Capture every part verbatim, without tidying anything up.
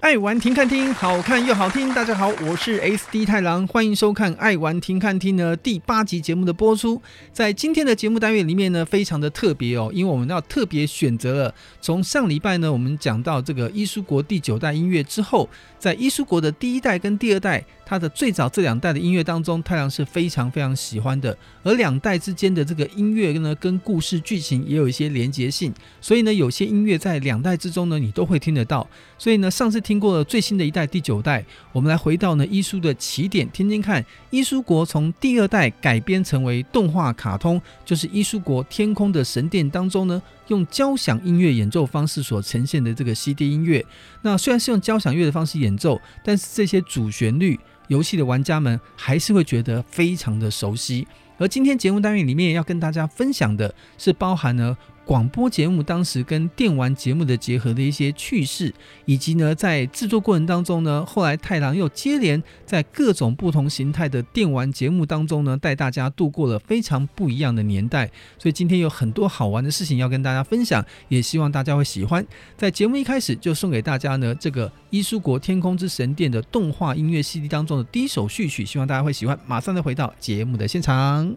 爱玩停看听，好看又好听。大家好，我是 S D 太郎，欢迎收看爱玩停看听呢第八集节目的播出。在今天的节目单元里面呢，非常的特别哦，因为我们要特别选择了从上礼拜呢，我们讲到这个伊苏国第九代音乐之后，在伊苏国的第一代跟第二代，它的最早这两代的音乐当中，太郎是非常非常喜欢的。而两代之间的这个音乐呢，跟故事剧情也有一些连结性，所以呢，有些音乐在两代之中呢，你都会听得到。所以呢，上次听过了最新的一代第九代，我们来回到呢伊苏的起点，听听看伊苏国从第二代改编成为动画卡通，就是伊苏国天空的神殿当中呢，用交响音乐演奏方式所呈现的这个 C D 音乐。那虽然是用交响乐的方式演奏，但是这些主旋律，游戏的玩家们还是会觉得非常的熟悉。而今天节目单元里面要跟大家分享的是包含了广播节目当时跟电玩节目的结合的一些趣事，以及呢在制作过程当中呢，后来太郎又接连在各种不同形态的电玩节目当中呢，带大家度过了非常不一样的年代。所以今天有很多好玩的事情要跟大家分享，也希望大家会喜欢。在节目一开始就送给大家呢这个伊苏国天空之神殿的动画音乐 C D 当中的第一首序曲，希望大家会喜欢。马上再回到节目的现场。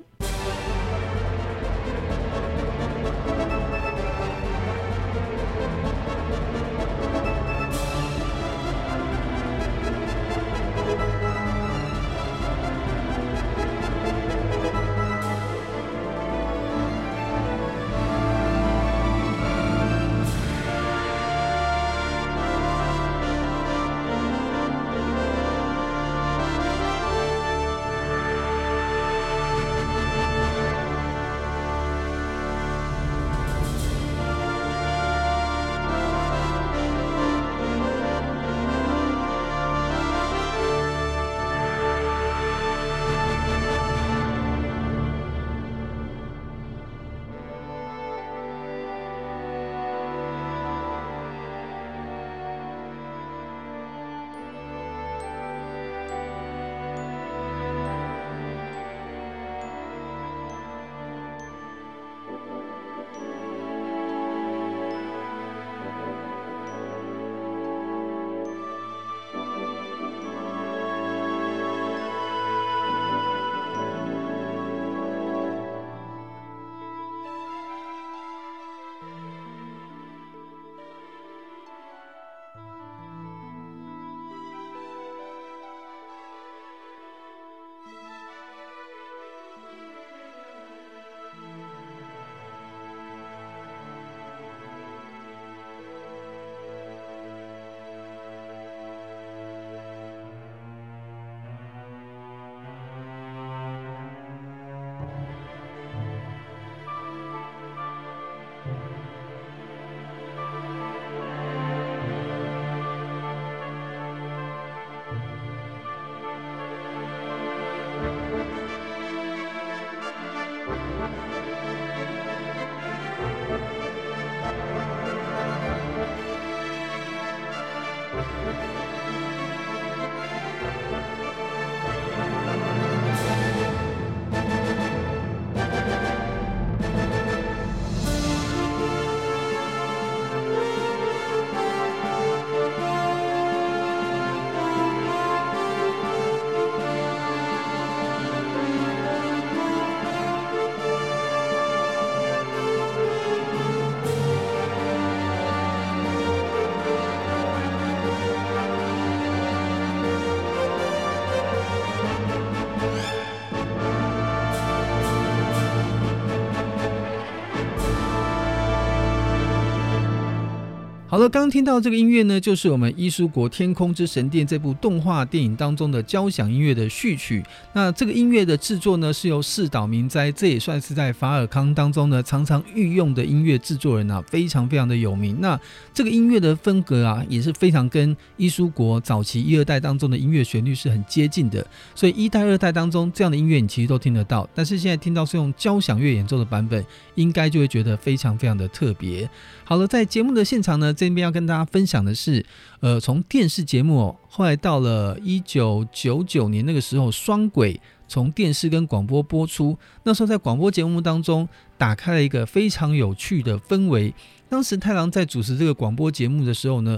好了，刚刚听到这个音乐呢，就是我们伊苏国天空之神殿这部动画电影当中的交响音乐的序曲。那这个音乐的制作呢，是由四岛明哉，这也算是在法尔康当中呢常常御用的音乐制作人啊，非常非常的有名。那这个音乐的风格啊，也是非常跟伊苏国早期一二代当中的音乐旋律是很接近的，所以一代二代当中这样的音乐你其实都听得到，但是现在听到是用交响乐演奏的版本，应该就会觉得非常非常的特别。好了，在节目的现场呢，这边要跟大家分享的是呃，从电视节目、哦、后来到了一九九九年那个时候，双轨从电视跟广播播出，那时候在广播节目当中打开了一个非常有趣的氛围。当时太郎在主持这个广播节目的时候呢，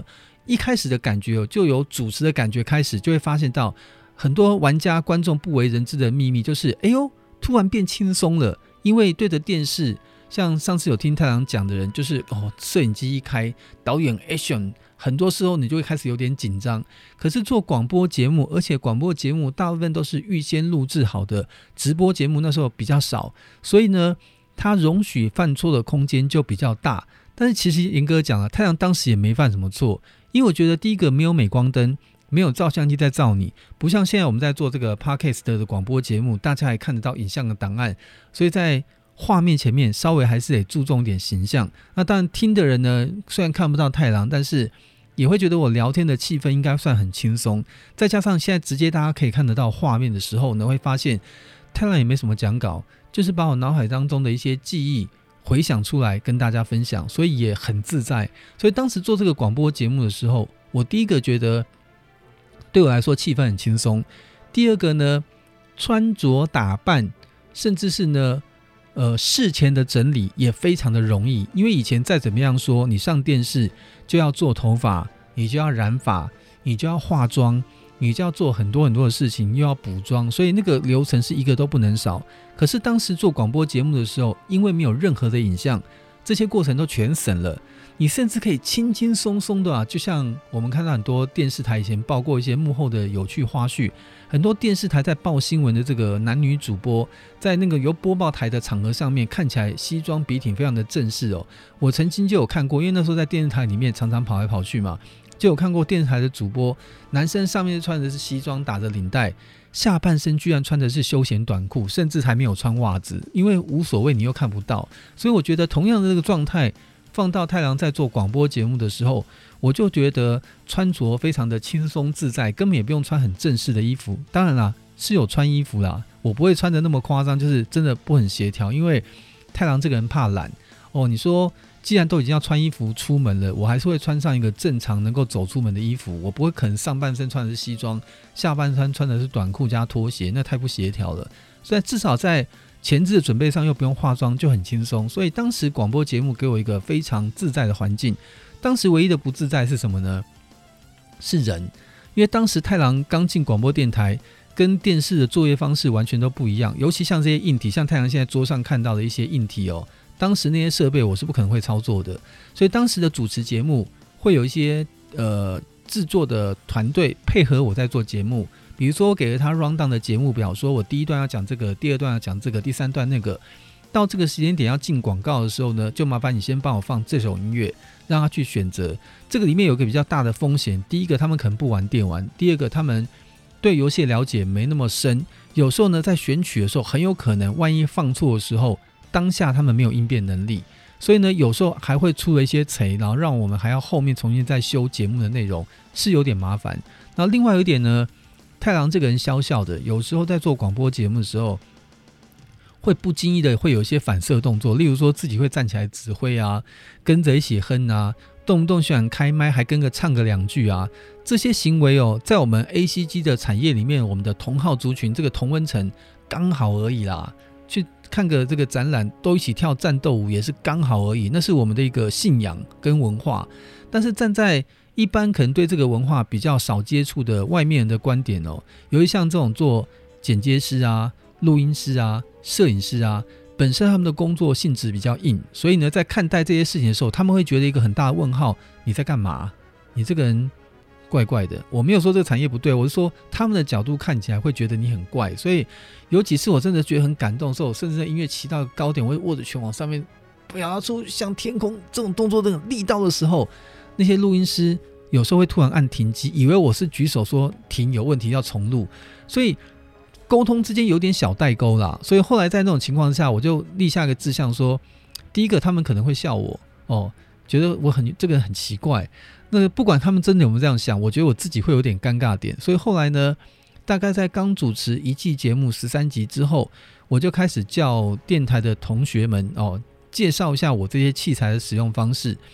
一开始的感觉就有主持的感觉开始，就会发现到很多玩家观众不为人知的秘密，就是哎呦突然变轻松了，因为对着电视，像上次有听太郎讲的人，就是哦摄影机一开，导演 action， 很多时候你就会开始有点紧张。可是做广播节目，而且广播节目大部分都是预先录制好的，直播节目那时候比较少，所以呢它容许犯错的空间就比较大。但是其实严格讲了，太郎当时也没犯什么错，因为我觉得第一个没有镁光灯，没有照相机在照你，不像现在我们在做这个 Podcast 的广播节目，大家还看得到影像的档案，所以在画面前面稍微还是得注重点形象。那当然听的人呢，虽然看不到太郎，但是也会觉得我聊天的气氛应该算很轻松。再加上现在直接大家可以看得到画面的时候呢，会发现太郎也没什么讲稿，就是把我脑海当中的一些记忆回想出来跟大家分享，所以也很自在。所以当时做这个广播节目的时候，我第一个觉得对我来说气氛很轻松，第二个呢穿着打扮甚至是呢呃事前的整理也非常的容易。因为以前再怎么样说，你上电视就要做头发，你就要染发，你就要化妆，你就要做很多很多的事情，又要补妆，所以那个流程是一个都不能少。可是当时做广播节目的时候，因为没有任何的影像，这些过程都全省了，你甚至可以轻轻松松的啊，就像我们看到很多电视台以前报过一些幕后的有趣花絮，很多电视台在报新闻的这个男女主播，在那个由播报台的场合上面看起来西装笔挺，非常的正式哦。我曾经就有看过，因为那时候在电视台里面常常跑来跑去嘛，就有看过电视台的主播，男生上面穿的是西装打着领带，下半身居然穿的是休闲短裤，甚至还没有穿袜子，因为无所谓你又看不到。所以我觉得同样的这个状态放到太郎在做广播节目的时候，我就觉得穿着非常的轻松自在，根本也不用穿很正式的衣服。当然啦，是有穿衣服啦，我不会穿的那么夸张，就是真的不很协调，因为太郎这个人怕懒哦。你说既然都已经要穿衣服出门了，我还是会穿上一个正常能够走出门的衣服，我不会可能上半身穿的是西装，下半身穿的是短裤加拖鞋，那太不协调了。所以至少在前置的准备上又不用化妆，就很轻松。所以当时广播节目给我一个非常自在的环境。当时唯一的不自在是什么呢？是人，因为当时太郎刚进广播电台，跟电视的作业方式完全都不一样，尤其像这些硬体，像太郎现在桌上看到的一些硬体哦，当时那些设备我是不可能会操作的，所以当时的主持节目会有一些呃制作的团队配合我在做节目。比如说我给了他 run down 的节目表，说我第一段要讲这个，第二段要讲这个，第三段那个，到这个时间点要进广告的时候呢，就麻烦你先帮我放这首音乐，让他去选择。这个里面有一个比较大的风险，第一个他们可能不玩电玩，第二个他们对游戏了解没那么深，有时候呢在选曲的时候很有可能万一放错的时候，当下他们没有应变能力，所以呢有时候还会出了一些贼，然后让我们还要后面重新再修节目的内容，是有点麻烦。然后另外有一点呢，太郎这个人笑笑的，有时候在做广播节目的时候会不经意的会有一些反射动作，例如说自己会站起来指挥啊，跟着一起哼啊，动不动想开麦还跟个唱个两句啊，这些行为哦，在我们 A C G 的产业里面，我们的同好族群这个同温层刚好而已啦，去看个这个展览都一起跳战斗舞也是刚好而已，那是我们的一个信仰跟文化。但是站在一般可能对这个文化比较少接触的外面人的观点哦，由于像这种做剪接师啊、录音师啊、摄影师啊，本身他们的工作性质比较硬，所以呢在看待这些事情的时候，他们会觉得一个很大的问号，你在干嘛？你这个人怪怪的。我没有说这个产业不对，我是说他们的角度看起来会觉得你很怪。所以有几次我真的觉得很感动的时候，甚至在音乐骑到高点，我会握着拳往上面表达出像天空这种动作的力道的时候，那些录音师有时候会突然按停机，以为我是举手说停有问题要重录，所以沟通之间有点小代沟啦。所以后来在那种情况下，我就立下一个志向说，第一个他们可能会笑我哦，觉得我很这个很奇怪，那不管他们真的有没有这样想，我觉得我自己会有点尴尬点。所以后来呢，大概在刚主持一季节目十三集之后，我就开始叫电台的同学们哦，介绍一下我这些器材的使用方式。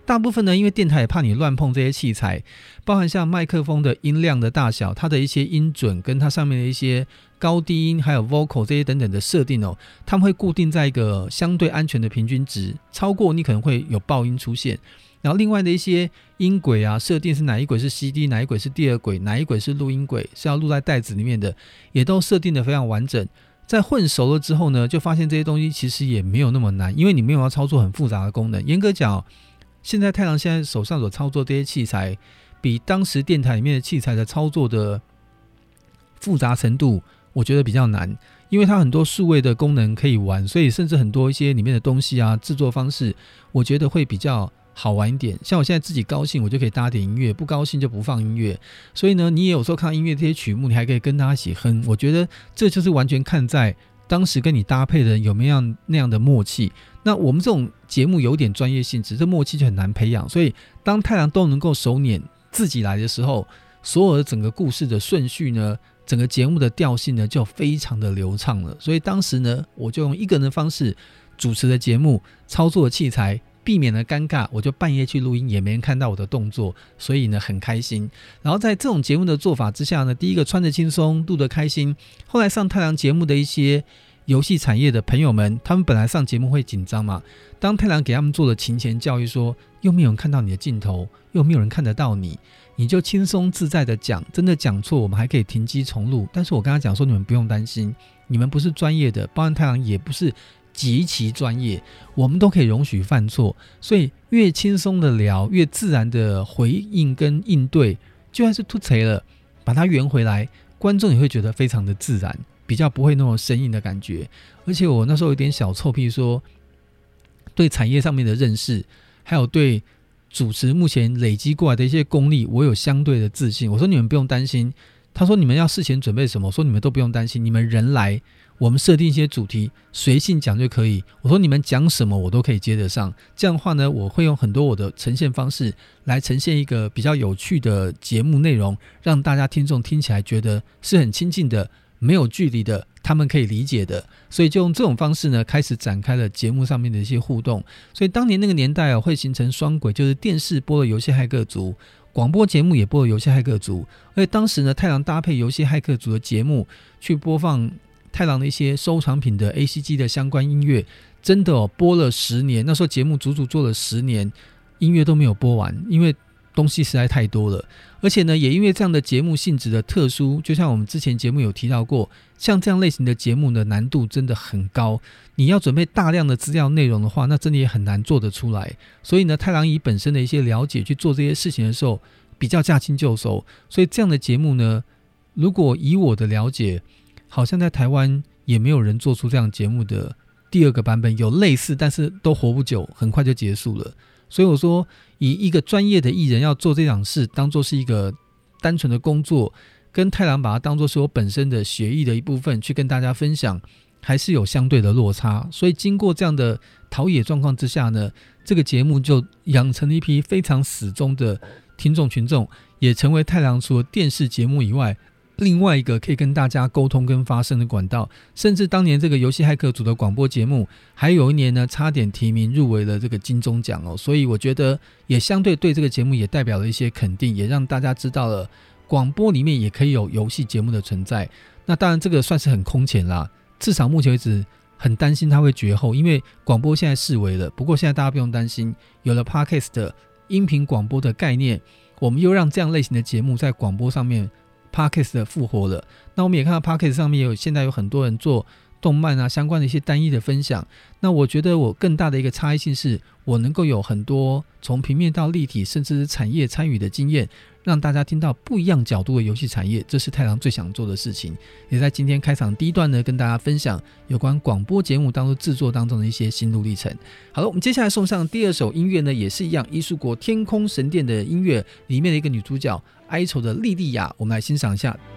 大部分呢，因为电台也怕你乱碰这些器材，包含像麦克风的音量的大小，它的一些音准跟它上面的一些高低音还有 vocal 这些等等的设定哦，他们会固定在一个相对安全的平均值，超过你可能会有爆音出现。然后另外的一些音轨啊，设定是哪一轨是 C D， 哪一轨是第二轨，哪一轨是录音轨，是要录在袋子里面的，也都设定的非常完整。在混熟了之后呢，就发现这些东西其实也没有那么难，因为你没有要操作很复杂的功能。严格讲，现在太郎现在手上所操作这些器材，比当时电台里面的器材的操作的复杂程度，我觉得比较难，因为它很多数位的功能可以玩，所以甚至很多一些里面的东西啊，制作方式，我觉得会比较好玩一点。像我现在自己高兴，我就可以搭点音乐，不高兴就不放音乐。所以呢，你也有时候看到音乐这些曲目，你还可以跟大家一起哼。我觉得这就是完全看在当时跟你搭配的人有没有那样的默契。那我们这种节目有点专业性质，这默契就很难培养。所以当太郎都能够手捻自己来的时候，所有的整个故事的顺序呢，整个节目的调性呢，就非常的流畅了。所以当时呢，我就用一个人的方式主持的节目，操作的器材，避免了尴尬，我就半夜去录音，也没人看到我的动作，所以呢很开心。然后在这种节目的做法之下呢，第一个穿得轻松，录得开心。后来上太郎节目的一些游戏产业的朋友们，他们本来上节目会紧张嘛，当太郎给他们做了勤前教育说，又没有人看到你的镜头，又没有人看得到你，你就轻松自在的讲，真的讲错我们还可以停机重录。但是我跟他讲说，你们不用担心，你们不是专业的，包含太郎也不是极其专业，我们都可以容许犯错，所以越轻松的聊，越自然的回应跟应对，就算是突锤了，把它圆回来，观众也会觉得非常的自然，比较不会那种生硬的感觉。而且我那时候有点小臭屁说，对产业上面的认识，还有对主持目前累积过来的一些功力，我有相对的自信。我说你们不用担心，他说你们要事前准备什么，我说你们都不用担心，你们人来，我们设定一些主题，随性讲就可以。我说你们讲什么我都可以接得上，这样的话呢，我会用很多我的呈现方式来呈现一个比较有趣的节目内容，让大家听众听起来觉得是很亲近的，没有距离的，他们可以理解的。所以就用这种方式呢，开始展开了节目上面的一些互动。所以当年那个年代、啊、会形成双轨，就是电视播了游戏骇客族，广播节目也播了游戏骇客族。而且当时呢，太郎搭配游戏骇客族的节目去播放太郎的一些收藏品的 A C G 的相关音乐，真的哦，播了十年。那时候节目足足做了十年，音乐都没有播完，因为东西实在太多了。而且呢，也因为这样的节目性质的特殊，就像我们之前节目有提到过，像这样类型的节目的难度真的很高，你要准备大量的资料内容的话，那真的也很难做得出来。所以呢，太郎以本身的一些了解去做这些事情的时候，比较驾轻就熟。所以这样的节目呢，如果以我的了解，好像在台湾也没有人做出这样节目的第二个版本，有类似，但是都活不久，很快就结束了。所以我说，以一个专业的艺人要做这档事，当作是一个单纯的工作，跟太郎把它当作是我本身的学艺的一部分去跟大家分享，还是有相对的落差。所以经过这样的陶冶状况之下呢，这个节目就养成了一批非常死忠的听众群众，也成为太郎除了电视节目以外另外一个可以跟大家沟通跟发声的管道。甚至当年这个游戏骇客组的广播节目，还有一年呢差点提名入围了这个金钟奖哦。所以我觉得也相对对这个节目也代表了一些肯定，也让大家知道了广播里面也可以有游戏节目的存在。那当然这个算是很空前啦，至少目前为止很担心它会绝后，因为广播现在式微了。不过现在大家不用担心，有了 Podcast 的音频广播的概念，我们又让这样类型的节目在广播上面Podcast 的复活了。那我们也看到 Podcast 上面有现在有很多人做动漫啊相关的一些单一的分享。那我觉得我更大的一个差异性是，我能够有很多从平面到立体甚至是产业参与的经验，让大家听到不一样角度的游戏产业，这是太郎最想做的事情。也在今天开场第一段呢，跟大家分享有关广播节目当中制作当中的一些心路历程。好了，我们接下来送上第二首音乐呢，也是一样伊树国天空神殿的音乐里面的一个女主角哀愁的莉莉亚，我们来欣赏一下。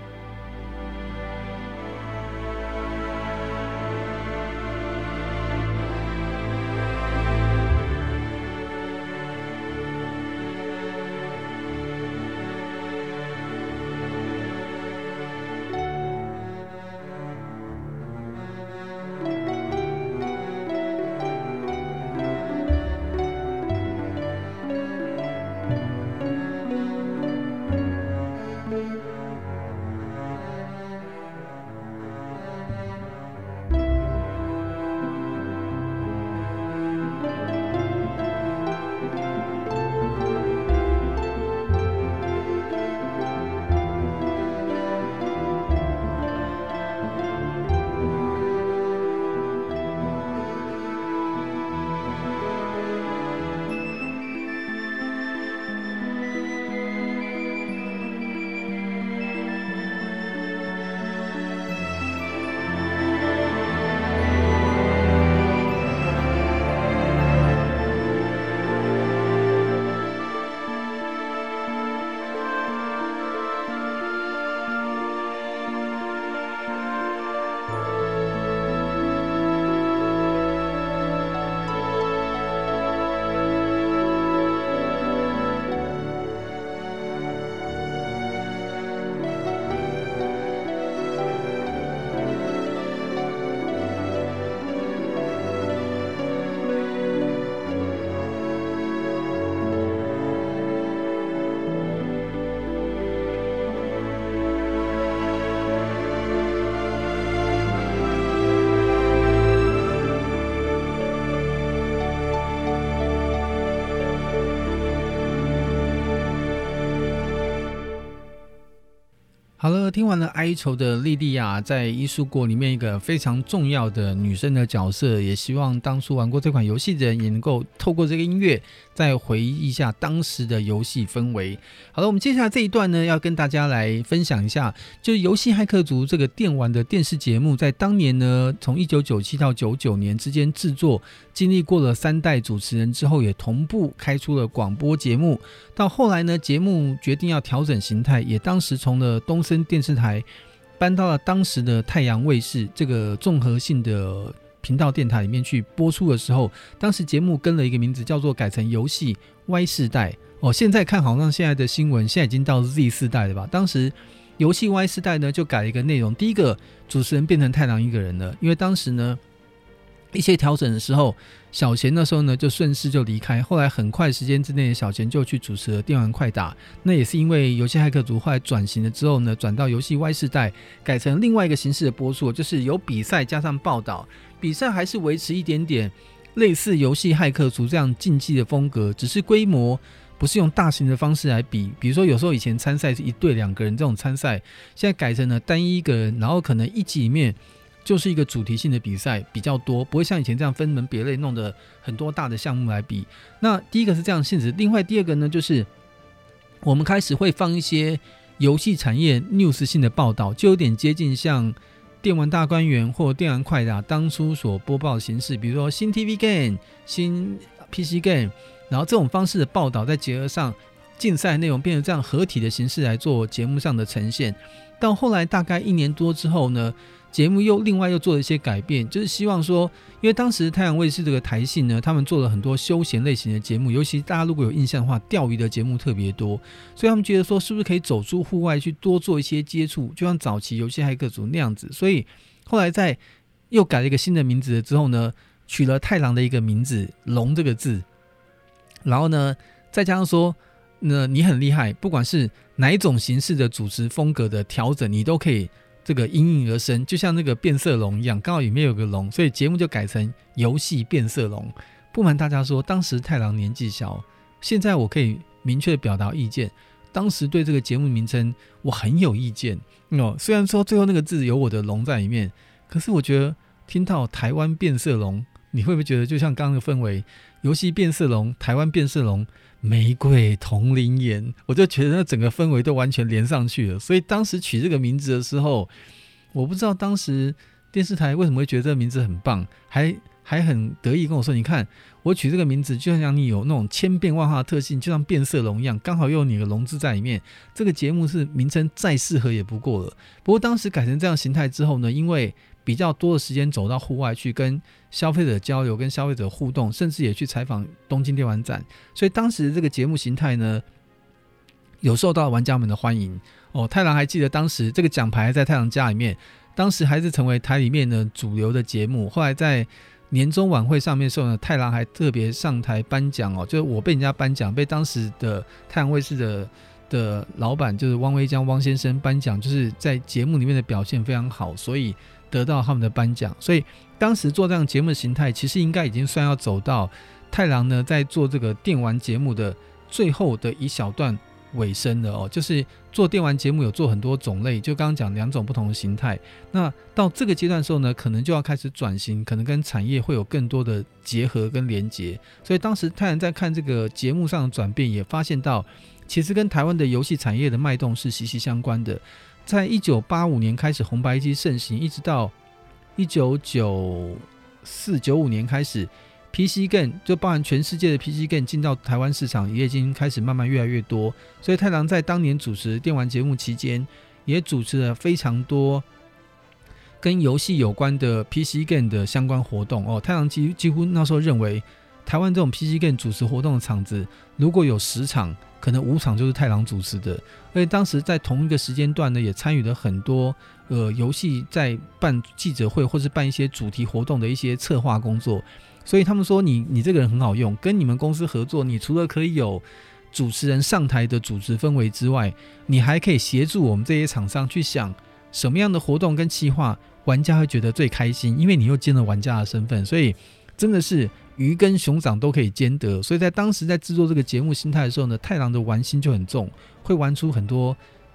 好了，听完了哀愁的莉莉亚在伊苏国里面一个非常重要的女生的角色，也希望当初玩过这款游戏的人也能够透过这个音乐再回忆一下当时的游戏氛围。好了，我们接下来这一段呢，要跟大家来分享一下，就是游戏骇客族这个电玩的电视节目，在当年呢，从一九九七到九九年之间制作，经历过了三代主持人之后，也同步开出了广播节目。到后来呢，节目决定要调整形态，也当时从了东森电视台搬到了当时的太阳卫视这个综合性的频道电台里面去播出的时候，当时节目跟了一个名字叫做改成游戏 Y 世代哦。现在看好像现在的新闻现在已经到 Z 世代了吧，当时游戏 Y 世代呢就改了一个内容，第一个主持人变成太郎一个人了，因为当时呢一些调整的时候，小贤那时候呢就顺势就离开，后来很快时间之内小贤就去主持了电玩快打，那也是因为游戏骇客族后来转型了之后呢，转到游戏 Y 世代，改成另外一个形式的播出，就是有比赛加上报道，比赛还是维持一点点类似游戏骇客族这样竞技的风格，只是规模不是用大型的方式来比，比如说有时候以前参赛是一队两个人这种参赛，现在改成了单一一个人，然后可能一集里面就是一个主题性的比赛比较多，不会像以前这样分门别类弄得很多大的项目来比。那第一个是这样的性质，另外第二个呢，就是我们开始会放一些游戏产业 news 性的报道，就有点接近像电玩大观园或电玩快打当初所播报的形式，比如说新 T V game、新 P C game， 然后这种方式的报道再结合上竞赛内容，变成这样合体的形式来做节目上的呈现。到后来大概一年多之后呢，节目又另外又做了一些改变，就是希望说，因为当时太阳卫视这个台信呢，他们做了很多休闲类型的节目，尤其大家如果有印象的话，钓鱼的节目特别多，所以他们觉得说是不是可以走出户外去多做一些接触，就像早期游戏骇客族那样子，所以后来在又改了一个新的名字之后呢，取了太郎的一个名字龙这个字，然后呢再加上说那你很厉害，不管是哪一种形式的主持风格的调整，你都可以这个应运而生，就像那个变色龙一样，刚好里面有个龙，所以节目就改成游戏变色龙。不瞒大家说，当时太郎年纪小，现在我可以明确的表达意见，当时对这个节目名称我很有意见、哦、虽然说最后那个字有我的龙在里面，可是我觉得听到台湾变色龙，你会不会觉得就像刚刚的氛围，游戏变色龙、台湾变色龙、玫瑰同龄眼，我就觉得那整个氛围都完全连上去了。所以当时取这个名字的时候，我不知道当时电视台为什么会觉得这个名字很棒，还还很得意跟我说，你看我取这个名字就像你有那种千变万化的特性，就像变色龙一样，刚好又有你的龙字在里面，这个节目是名称再适合也不过了。不过当时改成这样形态之后呢，因为比较多的时间走到户外去跟消费者交流，跟消费者互动，甚至也去采访东京电玩展，所以当时这个节目形态呢有受到玩家们的欢迎哦。太郎还记得当时这个奖牌在太郎家里面，当时还是成为台里面的主流的节目。后来在年终晚会上面的时候呢，太郎还特别上台颁奖哦，就是我被人家颁奖，被当时的太阳卫视的的老板就是汪威江汪先生颁奖，就是在节目里面的表现非常好，所以得到他们的颁奖。所以当时做这样节目的形态，其实应该已经算要走到太郎呢在做这个电玩节目的最后的一小段尾声了哦。就是做电玩节目有做很多种类，就刚刚讲两种不同的形态，那到这个阶段的时候呢，可能就要开始转型，可能跟产业会有更多的结合跟连结。所以当时太郎在看这个节目上的转变，也发现到其实跟台湾的游戏产业的脉动是息息相关的。在一九八五年开始红白机盛行，一直到一九九四九五年开始 P C game 就包含全世界的 P C game 进到台湾市场，也已经开始慢慢越来越多。所以太郎在当年主持电玩节目期间，也主持了非常多跟游戏有关的 P C game 的相关活动哦。太郎几几乎那时候认为，台湾这种 P C game 主持活动的场子，如果有十场，可能五场就是太郎主持的。而且当时在同一个时间段呢，也参与了很多呃游戏在办记者会或是办一些主题活动的一些策划工作。所以他们说你你这个人很好用，跟你们公司合作，你除了可以有主持人上台的主持氛围之外，你还可以协助我们这些厂商去想什么样的活动跟企划玩家会觉得最开心，因为你又兼了玩家的身份，所以真的是鱼跟熊掌都可以兼得。所以在当时在制作这个节目心态的时候呢，太郎的玩心就很重，会玩出很多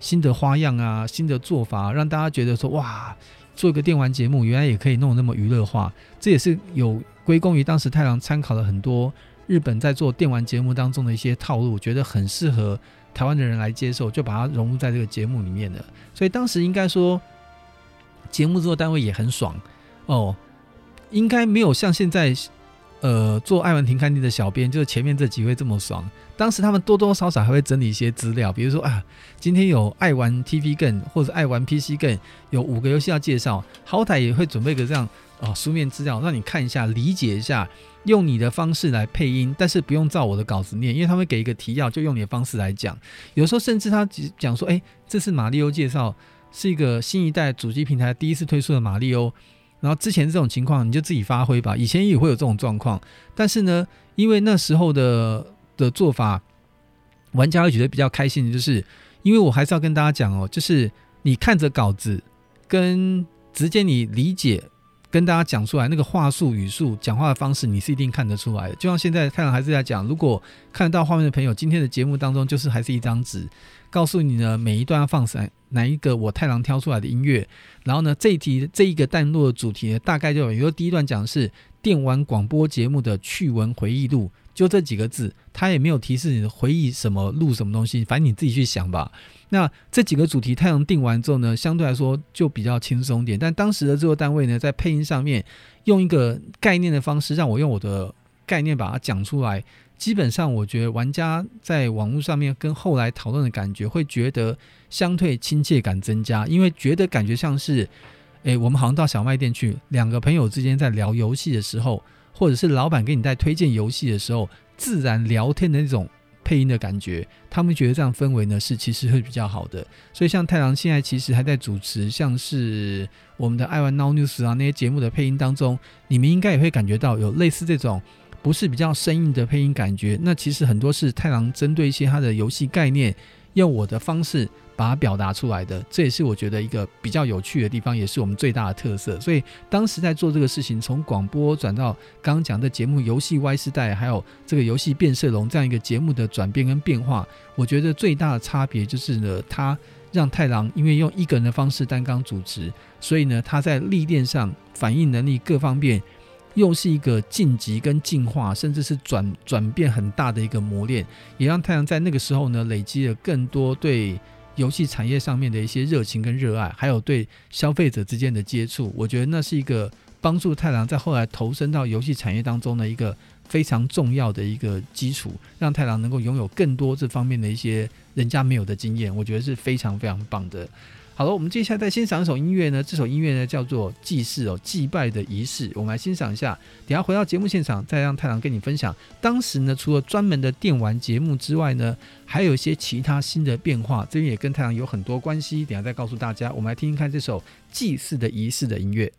新的花样啊，新的做法，让大家觉得说哇，做一个电玩节目原来也可以弄得那么娱乐化。这也是有归功于当时太郎参考了很多日本在做电玩节目当中的一些套路，觉得很适合台湾的人来接受，就把它融入在这个节目里面了。所以当时应该说节目制作单位也很爽哦，应该没有像现在呃做爱玩停看厅的小编就是前面这几位这么爽。当时他们多多少少还会整理一些资料，比如说啊，今天有爱玩 T V Gun 或者爱玩 P C Gun 有五个游戏要介绍，好歹也会准备个这样、哦、书面资料让你看一下理解一下，用你的方式来配音，但是不用照我的稿子念，因为他会给一个提要，就用你的方式来讲。有时候甚至他讲说，哎，这次马里欧介绍是一个新一代主机平台第一次推出的马里欧，然后之前这种情况你就自己发挥吧，以前也会有这种状况，但是呢，因为那时候的的做法，玩家会觉得比较开心的，就是因为我还是要跟大家讲哦，就是你看着稿子跟直接你理解跟大家讲出来那个话术语速讲话的方式，你是一定看得出来的。就像现在太阳还是在讲，如果看得到画面的朋友，今天的节目当中就是还是一张纸，告诉你呢每一段要放哪一个我太郎挑出来的音乐，然后呢这一题这一个段落的主题呢大概就有，比如说第一段讲的是电玩广播节目的趣闻回忆录，就这几个字，他也没有提示你回忆什么录什么东西，反正你自己去想吧。那这几个主题太阳定完之后呢，相对来说就比较轻松点，但当时的制作单位呢在配音上面用一个概念的方式让我用我的概念把它讲出来，基本上我觉得玩家在网络上面跟后来讨论的感觉会觉得相对亲切感增加，因为觉得感觉像是诶我们好像到小卖店去，两个朋友之间在聊游戏的时候，或者是老板给你在推荐游戏的时候自然聊天的那种配音的感觉，他们觉得这样氛围呢是其实会比较好的。所以像太郎现在其实还在主持像是我们的爱玩 Now News 啊那些节目的配音当中，你们应该也会感觉到有类似这种不是比较生硬的配音感觉，那其实很多是太郎针对一些他的游戏概念用我的方式把它表达出来的，这也是我觉得一个比较有趣的地方，也是我们最大的特色。所以当时在做这个事情，从广播转到刚刚讲的节目游戏 Y 世代，还有这个游戏变色龙这样一个节目的转变跟变化，我觉得最大的差别就是呢，他让太郎因为用一个人的方式担纲主持，所以呢他在历练上反应能力各方面又是一个晋级跟进化，甚至是 转, 转变很大的一个磨练，也让太阳在那个时候呢累积了更多对游戏产业上面的一些热情跟热爱，还有对消费者之间的接触，我觉得那是一个帮助太郎在后来投身到游戏产业当中的一个非常重要的一个基础，让太郎能够拥有更多这方面的一些人家没有的经验，我觉得是非常非常棒的。好了，我们接下来再欣赏一首音乐呢，这首音乐呢叫做祭祀哦，祭拜的仪式，我们来欣赏一下，等一下回到节目现场再让太郎跟你分享当时呢除了专门的电玩节目之外呢还有一些其他新的变化，这边也跟太郎有很多关系，等一下再告诉大家。我们来听听看这首祭祀的仪式的音乐。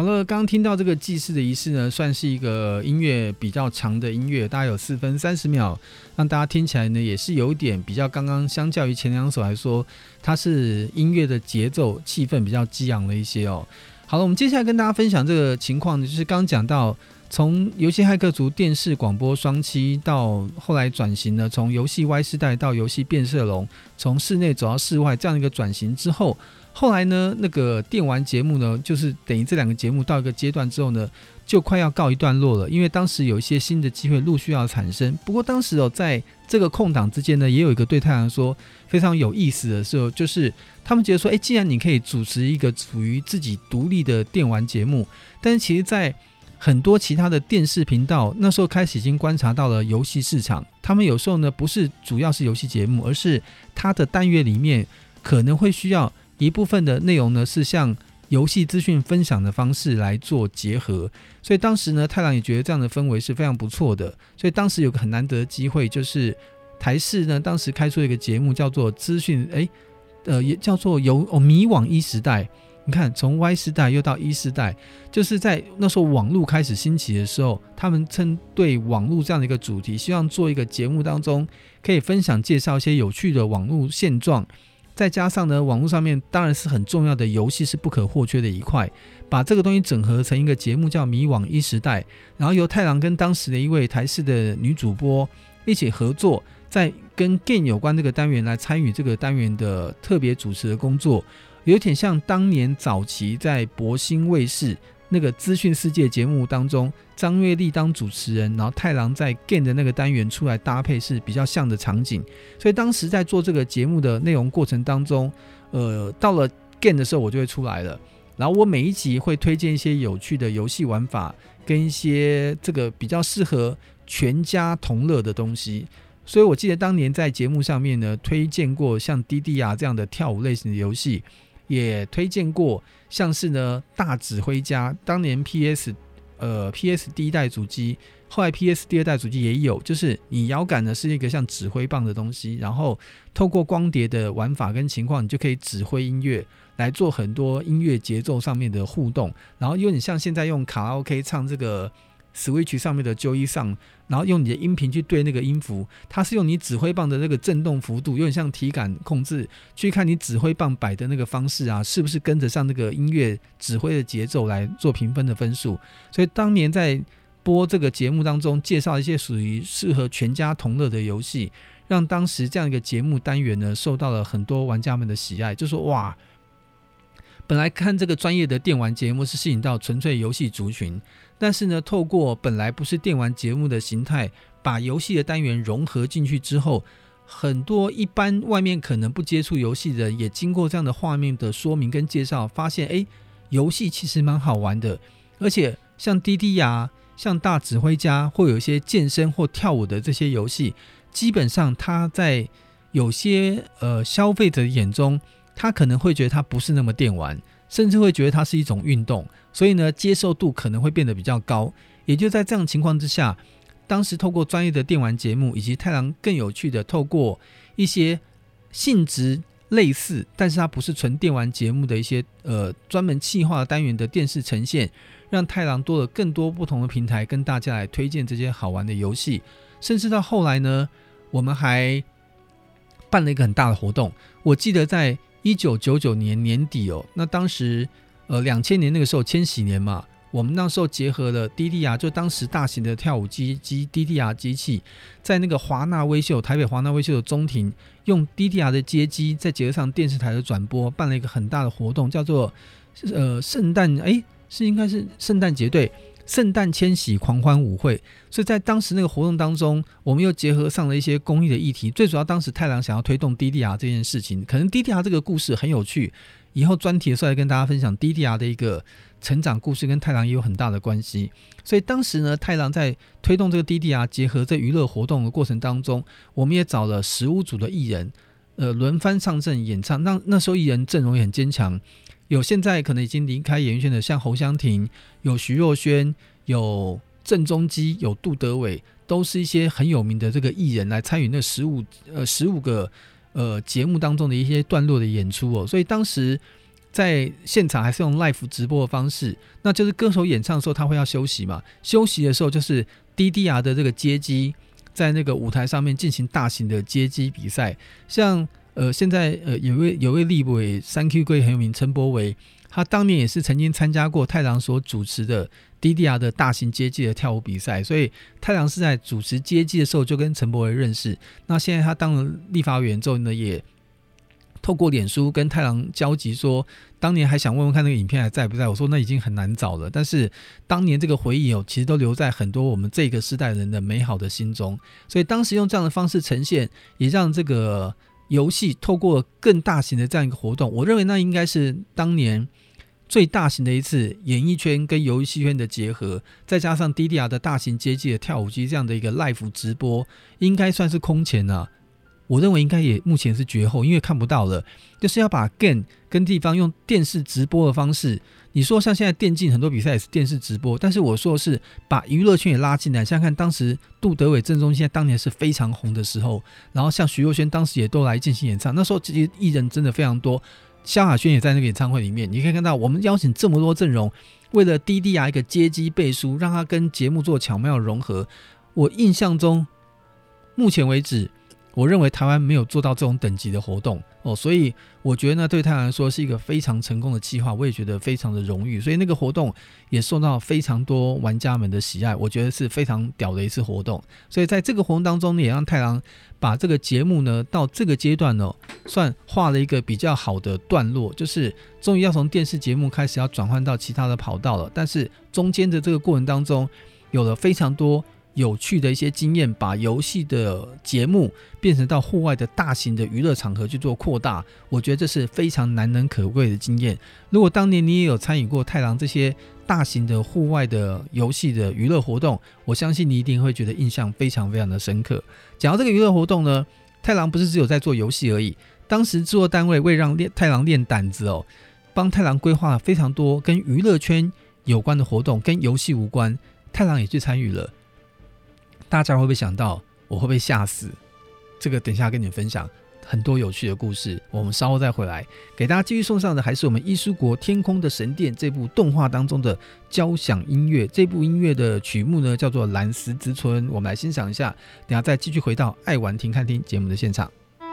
好了，刚刚听到这个祭祀的仪式呢，算是一个音乐比较长的音乐，大概有四分三十秒，让大家听起来呢也是有一点比较刚刚相较于前两首来说，它是音乐的节奏气氛比较激昂了一些哦。好了，我们接下来跟大家分享这个情况呢，就是刚刚讲到从游戏骇客族电视广播双栖到后来转型呢，从游戏 Y 世代到游戏变色龙，从室内走到室外这样一个转型之后，后来呢那个电玩节目呢，就是等于这两个节目到一个阶段之后呢，就快要告一段落了，因为当时有一些新的机会陆续要产生。不过当时哦，在这个空档之间呢，也有一个对太阳说非常有意思的时候，就是他们觉得说，哎，既然你可以主持一个属于自己独立的电玩节目，但是其实在很多其他的电视频道那时候开始已经观察到了游戏市场，他们有时候呢不是主要是游戏节目，而是它的单元里面可能会需要一部分的内容呢是像游戏资讯分享的方式来做结合，所以当时呢太郎也觉得这样的氛围是非常不错的，所以当时有个很难得的机会，就是台视呢当时开出了一个节目叫做资讯哎呃也叫做游哦迷网一时代。你看从 Y 世代又到 E 世代，就是在那时候网络开始兴起的时候，他们针对网络这样的一个主题，希望做一个节目当中可以分享介绍一些有趣的网络现状，再加上呢网络上面当然是很重要的游戏是不可或缺的一块，把这个东西整合成一个节目叫迷网一时代，然后由太郎跟当时的一位台视的女主播一起合作，在跟 game 有关这个单元来参与这个单元的特别主持的工作，有点像当年早期在博兴卫视那个资讯世界节目当中，张月丽当主持人，然后太郎在 game 的那个单元出来搭配是比较像的场景，所以当时在做这个节目的内容过程当中，呃，到了 game 的时候我就会出来了，然后我每一集会推荐一些有趣的游戏玩法跟一些这个比较适合全家同乐的东西，所以我记得当年在节目上面呢推荐过像 D D R 这样的跳舞类型的游戏，也推荐过像是呢大指挥家，当年 P S 呃 P S 第一代主机，后来 P S 第二代主机也有，就是你摇杆呢是一个像指挥棒的东西，然后透过光碟的玩法跟情况，你就可以指挥音乐来做很多音乐节奏上面的互动，然后有点像现在用卡拉 OK 唱这个Switch 上面的Joy上，然后用你的音频去对那个音符，它是用你指挥棒的那个震动幅度，有点像体感控制，去看你指挥棒摆的那个方式啊，是不是跟得上那个音乐指挥的节奏来做评分的分数。所以当年在播这个节目当中，介绍一些属于适合全家同乐的游戏，让当时这样一个节目单元呢，受到了很多玩家们的喜爱，就说哇，本来看这个专业的电玩节目是吸引到纯粹游戏族群，但是呢透过本来不是电玩节目的形态，把游戏的单元融合进去之后，很多一般外面可能不接触游戏的人，也经过这样的画面的说明跟介绍，发现诶游戏其实蛮好玩的，而且像 D D R 像大指挥家或有一些健身或跳舞的这些游戏，基本上它在有些呃消费者眼中，他可能会觉得它不是那么电玩，甚至会觉得它是一种运动，所以呢接受度可能会变得比较高。也就在这样的情况之下，当时透过专业的电玩节目，以及太郎更有趣的透过一些性质类似但是它不是纯电玩节目的一些呃专门企划单元的电视呈现，让太郎多了更多不同的平台跟大家来推荐这些好玩的游戏。甚至到后来呢，我们还办了一个很大的活动，我记得在一九九九年年底哦，那当时呃两千年那个时候千禧年嘛，我们那时候结合了 D D R， 就当时大型的跳舞机机 D D R 机器，在那个华纳威秀台北华纳威秀的中庭，用 D D R 的街机再结合上电视台的转播，办了一个很大的活动，叫做呃圣诞哎是应该是圣诞节对圣诞千禧狂欢舞会。所以在当时那个活动当中，我们又结合上了一些公益的议题，最主要当时太郎想要推动 D D R 这件事情，可能 D D R 这个故事很有趣，以后专题的时候来跟大家分享 D D R 的一个成长故事，跟太郎也有很大的关系。所以当时呢，太郎在推动这个 D D R 结合这娱乐活动的过程当中，我们也找了十五组的艺人呃，轮番上阵演唱，那那时候艺人阵容也很坚强，有现在可能已经离开演艺圈的像侯湘婷，有徐若瑄，有郑中基，有杜德伟，都是一些很有名的这个艺人来参与那十五呃十五个呃节目当中的一些段落的演出哦。所以当时在现场还是用 live 直播的方式，那就是歌手演唱的时候他会要休息嘛，休息的时候就是 D D R 的这个街机在那个舞台上面进行大型的街机比赛，像呃现在呃有位有位立委三 Q 龟很有名陈柏惟，他当年也是曾经参加过太郎所主持的 D D R 的大型街机的跳舞比赛，所以太郎是在主持街机的时候就跟陈柏惟认识。那现在他当了立法委员之后呢，也透过脸书跟太郎交集说，当年还想问问看那个影片还在不在，我说那已经很难找了，但是当年这个回忆哦，其实都留在很多我们这个世代人的美好的心中，所以当时用这样的方式呈现，也让这个游戏透过更大型的这样一个活动，我认为那应该是当年最大型的一次演艺圈跟游戏圈的结合，再加上 D D R 的大型街机的跳舞机这样的一个 live 直播，应该算是空前啊。我认为应该也目前是绝后，因为看不到了，就是要把 game 跟地方用电视直播的方式。你说像现在电竞很多比赛也是电视直播，但是我说的是把娱乐圈也拉进来。像看当时杜德伟、郑中基当年是非常红的时候，然后像徐若瑄当时也都来进行演唱，那时候这些艺人真的非常多，萧亚轩也在那个演唱会里面。你可以看到我们邀请这么多阵容，为了 D D R 一个街机背书，让它跟节目做巧妙的融合。我印象中目前为止我认为台湾没有做到这种等级的活动哦，所以我觉得呢，对台湾来说是一个非常成功的企划，我也觉得非常的荣誉，所以那个活动也受到非常多玩家们的喜爱，我觉得是非常屌的一次活动。所以在这个活动当中呢，也让太郎把这个节目呢到这个阶段呢，算画了一个比较好的段落，就是终于要从电视节目开始要转换到其他的跑道了，但是中间的这个过程当中有了非常多有趣的一些经验，把游戏的节目变成到户外的大型的娱乐场合去做扩大，我觉得这是非常难能可贵的经验。如果当年你也有参与过太郎这些大型的户外的游戏的娱乐活动，我相信你一定会觉得印象非常非常的深刻。讲到这个娱乐活动呢，太郎不是只有在做游戏而已，当时制作单位为让太郎练胆子哦，帮太郎规划了非常多跟娱乐圈有关的活动，跟游戏无关，太郎也去参与了。大家会不会想到我会不会吓死？这个等一下跟你们分享很多有趣的故事，我们稍后再回来。给大家继续送上的还是我们伊苏国天空的神殿这部动画当中的交响音乐，这部音乐的曲目呢叫做蓝丝之春，我们来欣赏一下，等一下再继续回到爱玩听看听节目的现场。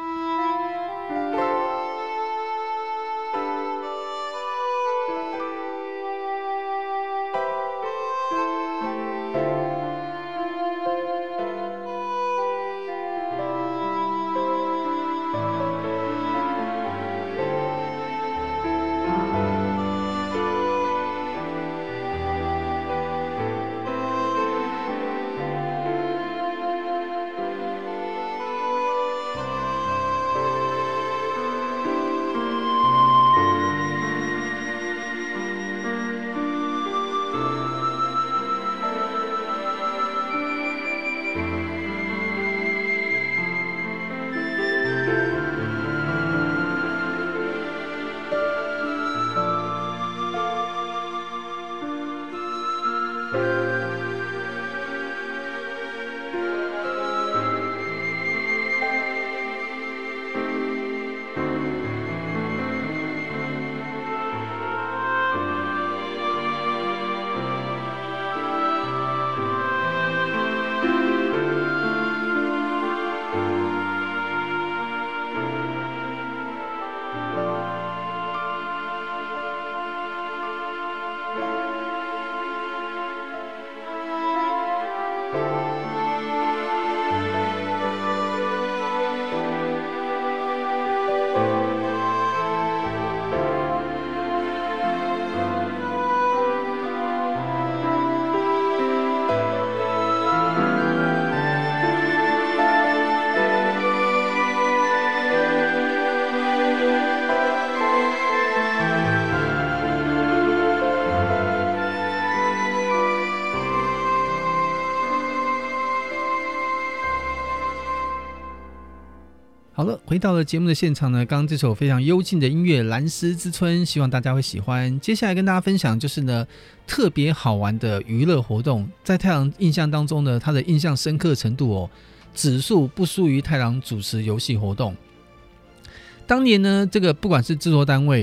好了，回到了节目的现场呢，刚刚这首非常幽静的音乐《蓝丝之春》，希望大家会喜欢。接下来跟大家分享就是呢，特别好玩的娱乐活动，在太郎印象当中呢，他的印象深刻程度哦，指数不输于太郎主持游戏活动。当年呢，这个不管是制作单位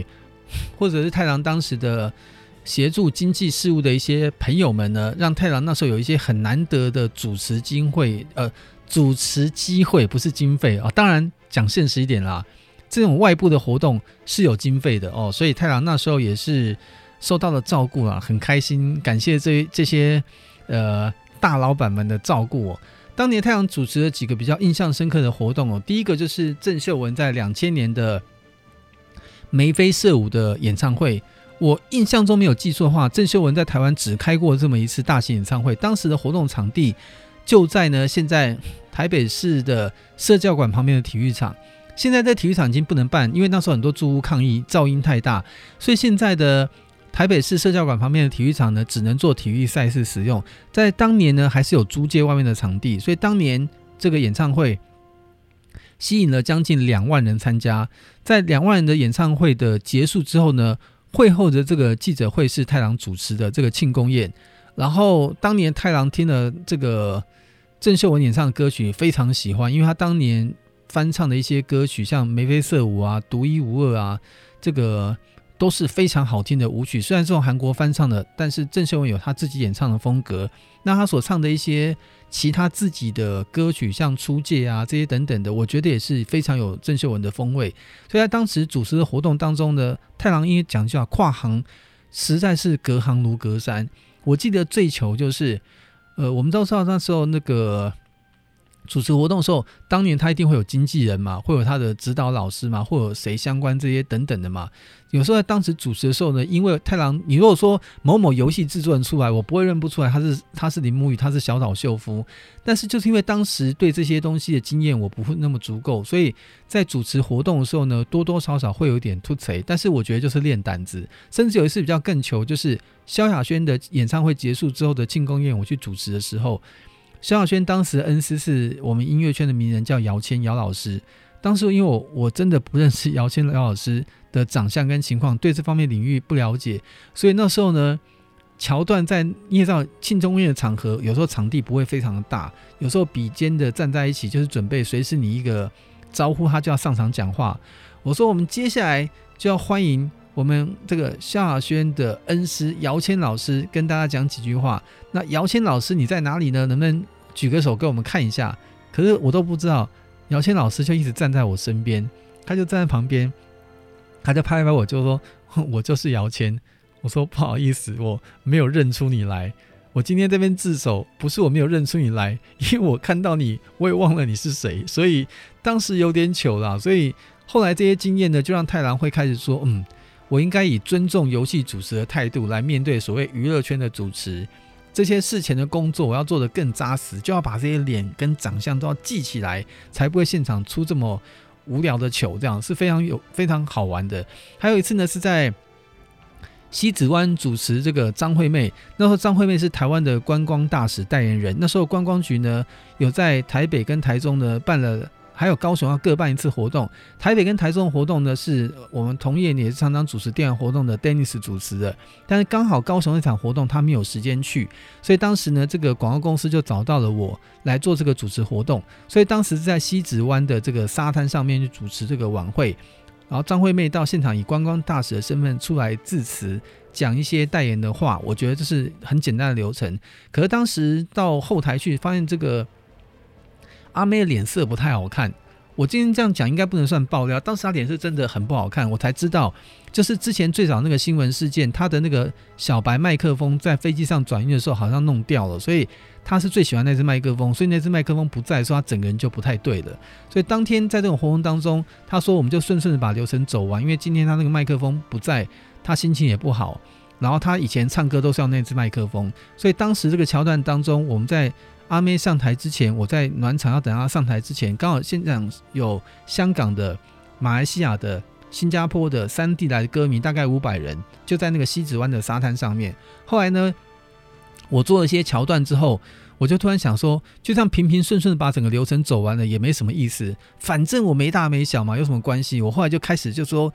或者是太郎当时的协助经济事务的一些朋友们呢，让太郎那时候有一些很难得的主持机会，呃，主持机会不是经费啊、哦。当然讲现实一点啦，这种外部的活动是有经费的哦，所以太郎那时候也是受到了照顾啊，很开心，感谢这这些呃大老板们的照顾哦。当年太郎主持了几个比较印象深刻的活动哦，第一个就是郑秀文在两千年的眉飞色舞的演唱会，我印象中没有记错的话，郑秀文在台湾只开过这么一次大型演唱会，当时的活动场地就在呢现在台北市的社教馆旁边的体育场。现在这体育场已经不能办，因为那时候很多住户抗议噪音太大，所以现在的台北市社教馆旁边的体育场呢，只能做体育赛事使用。在当年呢，还是有租借外面的场地，所以当年这个演唱会吸引了将近两万人参加。在两万人的演唱会的结束之后呢，会后的这个记者会是太郎主持的这个庆功宴。然后当年太郎听了这个郑秀文演唱的歌曲，非常喜欢，因为他当年翻唱的一些歌曲，像眉飞色舞啊、独一无二啊，这个都是非常好听的舞曲。虽然是从韩国翻唱的，但是郑秀文有他自己演唱的风格。那他所唱的一些其他自己的歌曲，像出界啊这些等等的，我觉得也是非常有郑秀文的风味。所以在当时主持的活动当中呢，太郎因为讲究跨行实在是隔行如隔山。我记得最糗就是呃，我们都知道那时候那个主持活动的时候，当年他一定会有经纪人嘛，会有他的指导老师嘛，会有谁相关这些等等的嘛。有时候在当时主持的时候呢，因为太郎，你如果说某某游戏制作人出来，我不会认不出来他是他是林木宇，他是小岛秀夫。但是就是因为当时对这些东西的经验我不会那么足够，所以在主持活动的时候呢，多多少少会有一点突贼。但是我觉得就是练胆子，甚至有一次比较更糗，就是萧亚轩的演唱会结束之后的庆功宴，我去主持的时候。萧亚轩当时的恩师是我们音乐圈的名人，叫姚谦姚老师。当时因为 我, 我真的不认识姚谦姚老师的长相跟情况，对这方面领域不了解，所以那时候呢，桥段在因为知道庆功宴的场合，有时候场地不会非常的大，有时候比肩的站在一起，就是准备随时你一个招呼他就要上场讲话。我说我们接下来就要欢迎我们这个萧亚轩的恩师姚谦老师跟大家讲几句话。那姚谦老师你在哪里呢？能不能举个手给我们看一下？可是我都不知道，姚谦老师就一直站在我身边，他就站在旁边，他就拍拍我，就说我就是姚谦。我说不好意思，我没有认出你来，我今天这边自首不是我没有认出你来，因为我看到你我也忘了你是谁，所以当时有点糗啦。所以后来这些经验呢，就让太郎会开始说，嗯，我应该以尊重游戏主持的态度来面对所谓娱乐圈的主持，这些事前的工作我要做得更扎实，就要把这些脸跟长相都要记起来，才不会现场出这么无聊的糗，这样是非常有非常好玩的。还有一次呢，是在西子湾主持这个张惠妹，那时候张惠妹是台湾的观光大使代言人，那时候观光局呢有在台北跟台中呢办了，还有高雄要各办一次活动。台北跟台中的活动呢，是我们同业也是常常主持电玩活动的 Dennis 主持的，但是刚好高雄那场活动他没有时间去，所以当时呢，这个广告公司就找到了我来做这个主持活动。所以当时在西子湾的这个沙滩上面去主持这个晚会，然后张惠妹到现场以观光大使的身份出来致辞，讲一些代言的话，我觉得这是很简单的流程。可是当时到后台去发现这个阿妹的脸色不太好看，我今天这样讲应该不能算爆料，当时她脸色真的很不好看，我才知道就是之前最早那个新闻事件，她的那个小白麦克风在飞机上转运的时候好像弄掉了，所以她是最喜欢那只麦克风，所以那只麦克风不在的时候，她整个人就不太对了。所以当天在这种活动当中，她说我们就顺顺的把流程走完，因为今天她那个麦克风不在，她心情也不好，然后她以前唱歌都是要那只麦克风，所以当时这个桥段当中，我们在阿妹上台之前，我在暖场要等她上台之前，刚好现场有香港的、马来西亚的、新加坡的三地来的歌迷，大概五百人，就在那个西子湾的沙滩上面。后来呢，我做了一些桥段之后，我就突然想说，就这样平平顺顺的把整个流程走完了也没什么意思，反正我没大没小嘛，有什么关系？我后来就开始就说，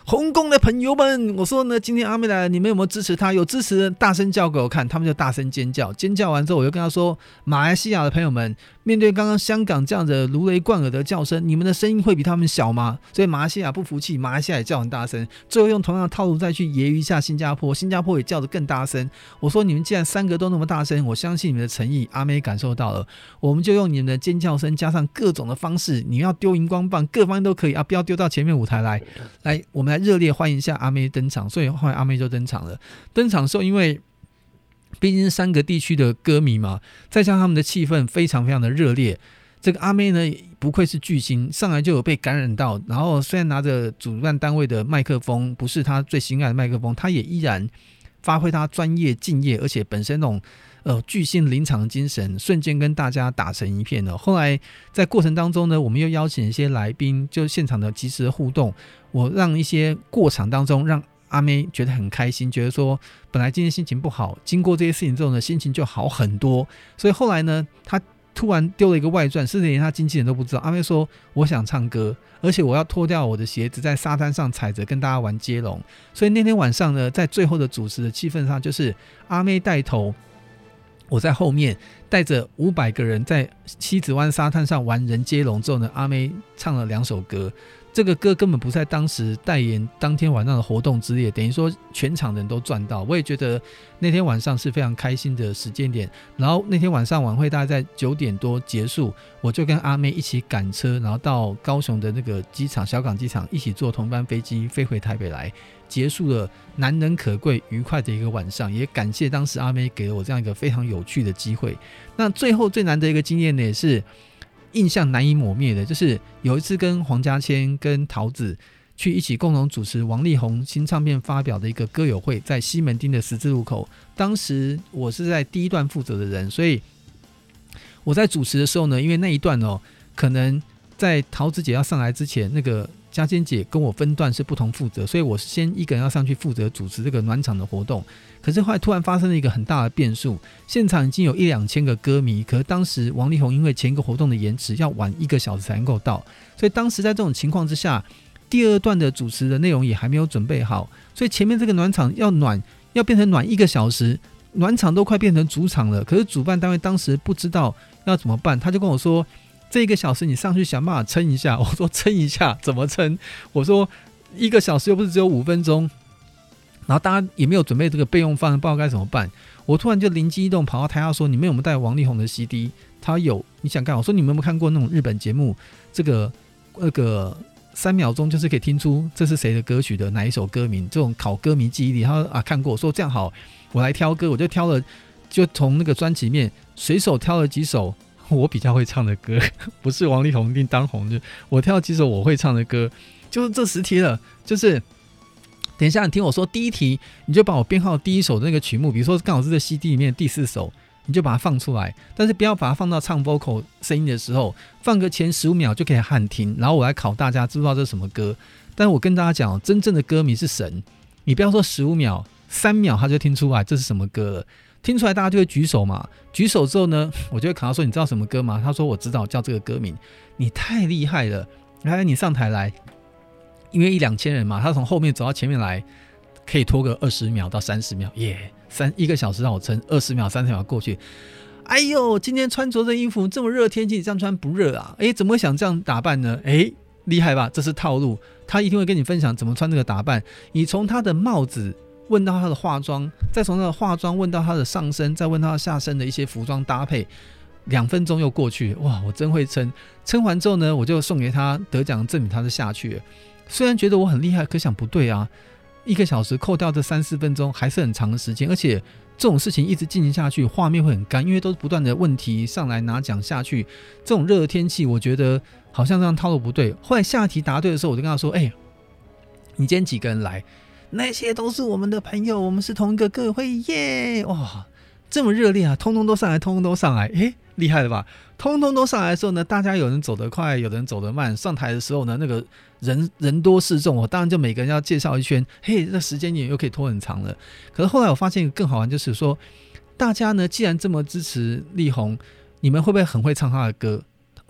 红宫的朋友们，我说呢，今天阿妹来了，你们有没有支持她？有支持，大声叫给我看。他们就大声尖叫，尖叫完之后，我就跟他说，马来西亚的朋友们，面对刚刚香港这样的如雷贯耳的叫声，你们的声音会比他们小吗？所以马来西亚不服气，马来西亚也叫很大声，最后用同样的套路再去揶揄一下新加坡，新加坡也叫得更大声。我说，你们既然三个都那么大声，我相信你们的诚意，阿妹感受到了，我们就用你们的尖叫声加上各种的方式，你要丢荧光棒，各方面都可以啊，不要丢到前面舞台来。来，我们来热烈欢迎一下阿妹登场。所以后来阿妹就登场了。登场的时候，因为毕竟是三个地区的歌迷嘛，再加上他们的气氛非常非常的热烈，这个阿妹呢不愧是巨星，上来就有被感染到，然后虽然拿着主办单位的麦克风不是他最心爱的麦克风，他也依然发挥他专业敬业，而且本身那种呃巨星临场的精神，瞬间跟大家打成一片了。后来在过程当中呢，我们又邀请一些来宾，就现场的即时的互动，我让一些过场当中让阿妹觉得很开心，觉得说本来今天心情不好，经过这些事情之后呢，心情就好很多。所以后来呢，他突然丢了一个外传，甚至连他经纪人都不知道。阿妹说，我想唱歌，而且我要脱掉我的鞋子，在沙滩上踩着跟大家玩接龙。所以那天晚上呢，在最后的主持的气氛上，就是阿妹带头，我在后面带着五百个人在西子湾沙滩上玩人接龙之后呢，阿妹唱了两首歌。这个歌根本不在当时代言当天晚上的活动之列，等于说全场人都赚到。我也觉得那天晚上是非常开心的时间点。然后那天晚上晚会大概在九点多结束，我就跟阿妹一起赶车，然后到高雄的那个机场小港机场，一起坐同班飞机飞回台北来，结束了难能可贵愉快的一个晚上。也感谢当时阿妹给了我这样一个非常有趣的机会。那最后最难的一个经验呢，也是印象难以抹灭的，就是有一次跟黄家千跟桃子去一起共同主持王力宏新唱片发表的一个歌友会，在西门町的十字路口。当时我是在第一段负责的人，所以我在主持的时候呢，因为那一段哦，可能在桃子姐要上来之前，那个嘉千姐跟我分段是不同负责，所以我是先一个人要上去负责主持这个暖场的活动。可是后来突然发生了一个很大的变数，现场已经有一两千个歌迷，可是当时王力宏因为前一个活动的延迟要晚一个小时才能够到，所以当时在这种情况之下，第二段的主持的内容也还没有准备好，所以前面这个暖场要暖要变成暖一个小时，暖场都快变成主场了。可是主办单位当时不知道要怎么办，他就跟我说，这一个小时你上去想办法撑一下。我说撑一下怎么撑？我说一个小时又不是只有五分钟，然后大家也没有准备这个备用方案，不知道该怎么办。我突然就灵机一动，跑到台下说，你们有没有带王力宏的 C D？ 他有，你想干？我说你们有没有看过那种日本节目，这个那个三秒钟就是可以听出这是谁的歌曲的哪一首歌名，这种考歌迷记忆力。他说啊看过。我说这样好，我来挑歌。我就挑了，就从那个专辑里面随手挑了几首我比较会唱的歌，不是王力宏一定当红，就我挑几首我会唱的歌。就是这十题了，就是等一下你听我说，第一题你就把我编号第一首的那个曲目，比如说刚好是这 C D 里面的第四首，你就把它放出来，但是不要把它放到唱 vocal 声音的时候，放个前十五秒就可以喊停，然后我来考大家知不知道这是什么歌。但是我跟大家讲，真正的歌迷是神，你不要说十五秒，三秒他就听出来这是什么歌了。听出来大家就会举手嘛，举手之后呢，我就会考他说你知道什么歌吗？他说我知道，叫这个歌名。你太厉害了，来你上台来，因为一两千人嘛，他从后面走到前面来，可以拖个二十秒到三十秒，耶、yeah, 三一个小时让我撑二十秒三十秒过去。哎呦，今天穿着这衣服这么热天气，你这样穿不热啊？哎，怎么会想这样打扮呢？哎，厉害吧？这是套路，他一定会跟你分享怎么穿这个打扮。你从他的帽子问到他的化妆，再从他的化妆问到他的上身，再问到他下身的一些服装搭配，两分钟又过去，哇，我真会撑。撑完之后呢，我就送给他得奖证明，他就下去了。虽然觉得我很厉害，可想不对啊，一个小时扣掉这三四分钟还是很长的时间，而且这种事情一直进行下去，画面会很干，因为都是不断的问题上来拿奖下去。这种热的天气，我觉得好像这样套路不对。后来下题答对的时候，我就跟他说：“哎、欸，你今天几个人来？那些都是我们的朋友，我们是同一个歌会耶！哇，这么热烈啊，通通都上来，通通都上来，哎，厉害了吧？通通都上来的时候呢，大家有人走得快，有人走得慢。上台的时候呢，那个人人多势众，我当然就每个人要介绍一圈，嘿，这时间也又可以拖很长了。可是后来我发现一个更好玩，就是说，大家呢既然这么支持力宏，你们会不会很会唱他的歌？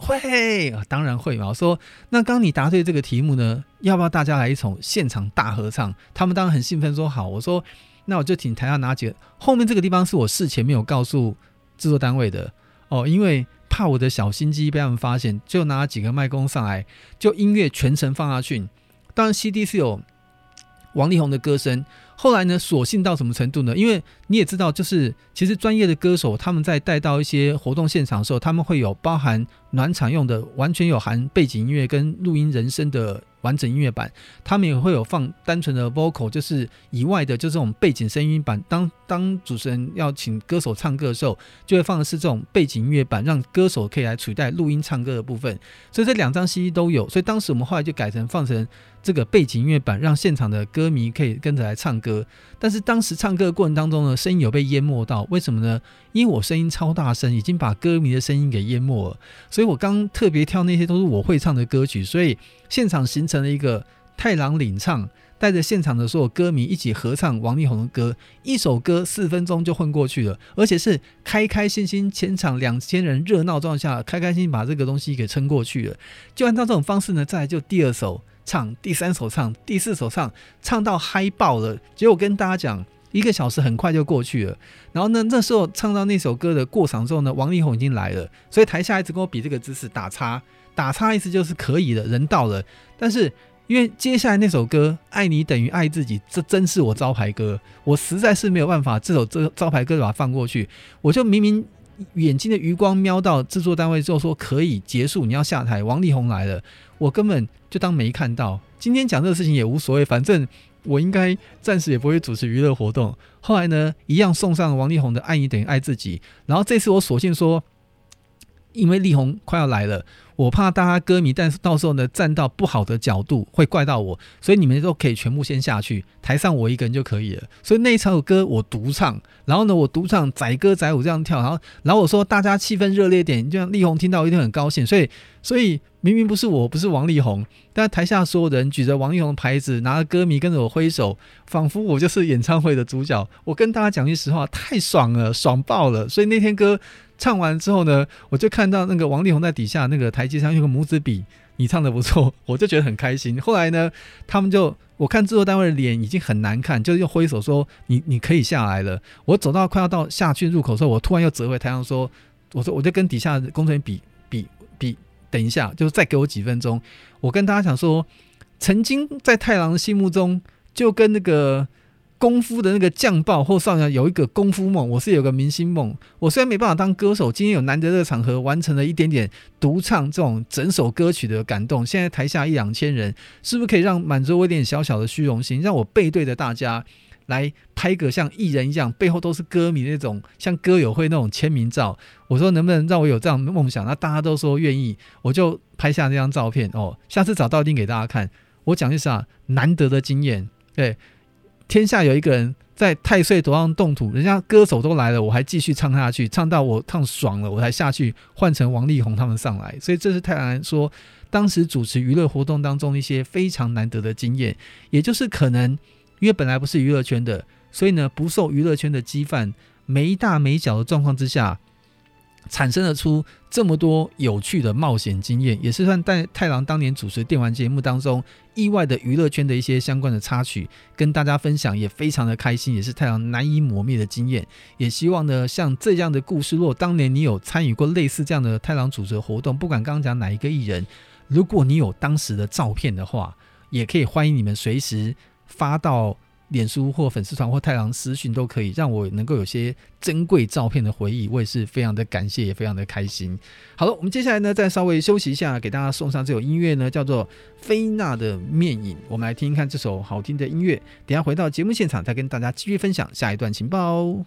会，当然会嘛。我说，那刚你答对这个题目呢，要不要大家来一场现场大合唱？他们当然很兴奋说好。我说，那我就请台下拿几个。后面这个地方是我事前没有告诉制作单位的哦，因为怕我的小心机被他们发现，就拿几个麦克风上来，就音乐全程放下去。当然 C D 是有王力宏的歌声。后来呢，索性到什么程度呢？因为你也知道，就是其实专业的歌手他们在带到一些活动现场的时候，他们会有包含暖场用的，完全有含背景音乐跟录音人声的完整音乐版，他们也会有放单纯的 vocal， 就是以外的，就这种背景声音版。当当主持人要请歌手唱歌的时候，就会放的是这种背景音乐版，让歌手可以来取代录音唱歌的部分。所以这两张 C D 都有，所以当时我们后来就改成放成这个背景音乐版，让现场的歌迷可以跟着来唱歌。但是当时唱歌的过程当中呢，声音有被淹没到，为什么呢？因为我声音超大声，已经把歌迷的声音给淹没了。所以我刚特别挑那些都是我会唱的歌曲，所以现场形成了一个太郎领唱，带着现场的所有歌迷一起合唱王力宏的歌，一首歌四分钟就混过去了，而且是开开心心，全场两千人热闹状下，开开心心把这个东西给撑过去了。就按照这种方式呢，再来就第二首唱，第三首唱，第四首唱，唱到嗨爆了。结果跟大家讲，一个小时很快就过去了。然后呢，那时候唱到那首歌的过场之后呢，王力宏已经来了，所以台下一直跟我比这个姿势打叉，打叉意思就是可以了，人到了。但是因为接下来那首歌《爱你等于爱自己》，这真是我招牌歌，我实在是没有办法这首招牌歌把它放过去。我就明明眼睛的余光瞄到制作单位之后说可以结束，你要下台，王力宏来了，我根本就当没看到。今天讲这个事情也无所谓，反正我应该暂时也不会主持娱乐活动。后来呢，一样送上王力宏的《爱你等于爱自己》，然后这次我索性说，因为力宏快要来了，我怕大家歌迷但是到时候呢站到不好的角度会怪到我，所以你们都可以全部先下去，台上我一个人就可以了。所以那一场歌我独唱，然后呢我独唱载歌载舞这样跳，然后然后我说大家气氛热烈点，就让力宏听到一定很高兴。所以所以明明不是我，不是王力宏，但台下所有人举着王力宏的牌子，拿着歌迷跟着我挥手，仿佛我就是演唱会的主角。我跟大家讲句实话，太爽了，爽爆了。所以那天歌唱完之后呢，我就看到那个王力宏在底下那个台阶上用个拇指比，你唱得不错，我就觉得很开心。后来呢，他们就我看制作单位的脸已经很难看，就又挥手说你你可以下来了。我走到快要到下去入口的时候，我突然又折回台上说，我说我就跟底下的工作人员比比比，等一下，就再给我几分钟。我跟大家讲说，曾经在太郎的心目中，就跟那个功夫的那个将爆或少年有一个功夫梦，我是有个明星梦。我虽然没办法当歌手，今天有难得的场合完成了一点点独唱这种整首歌曲的感动。现在台下一两千人，是不是可以让满足我一点小小的虚荣心，让我背对着大家来拍个像艺人一样，背后都是歌迷那种像歌友会那种签名照？我说能不能让我有这样的梦想？那大家都说愿意，我就拍下那张照片哦。下次找到一定给大家看。我讲一下难得的经验，对。天下有一个人在太岁头上动土，人家歌手都来了，我还继续唱下去，唱到我唱爽了，我才下去换成王力宏他们上来。所以这是太郎说当时主持娱乐活动当中一些非常难得的经验，也就是可能因为本来不是娱乐圈的，所以呢不受娱乐圈的羁绊，没大没小的状况之下，产生了出这么多有趣的冒险经验，也是算在太郎当年主持电玩节目当中意外的娱乐圈的一些相关的插曲跟大家分享，也非常的开心，也是太郎难以磨灭的经验。也希望呢像这样的故事，如果当年你有参与过类似这样的太郎主持的活动，不管刚刚讲哪一个艺人，如果你有当时的照片的话，也可以欢迎你们随时发到脸书或粉丝团或太郎私讯都可以，让我能够有些珍贵照片的回忆，我也是非常的感谢，也非常的开心。好了，我们接下来呢再稍微休息一下，给大家送上这首音乐呢，叫做菲娜的面影。我们来听听看这首好听的音乐，等一下回到节目现场再跟大家继续分享下一段情报。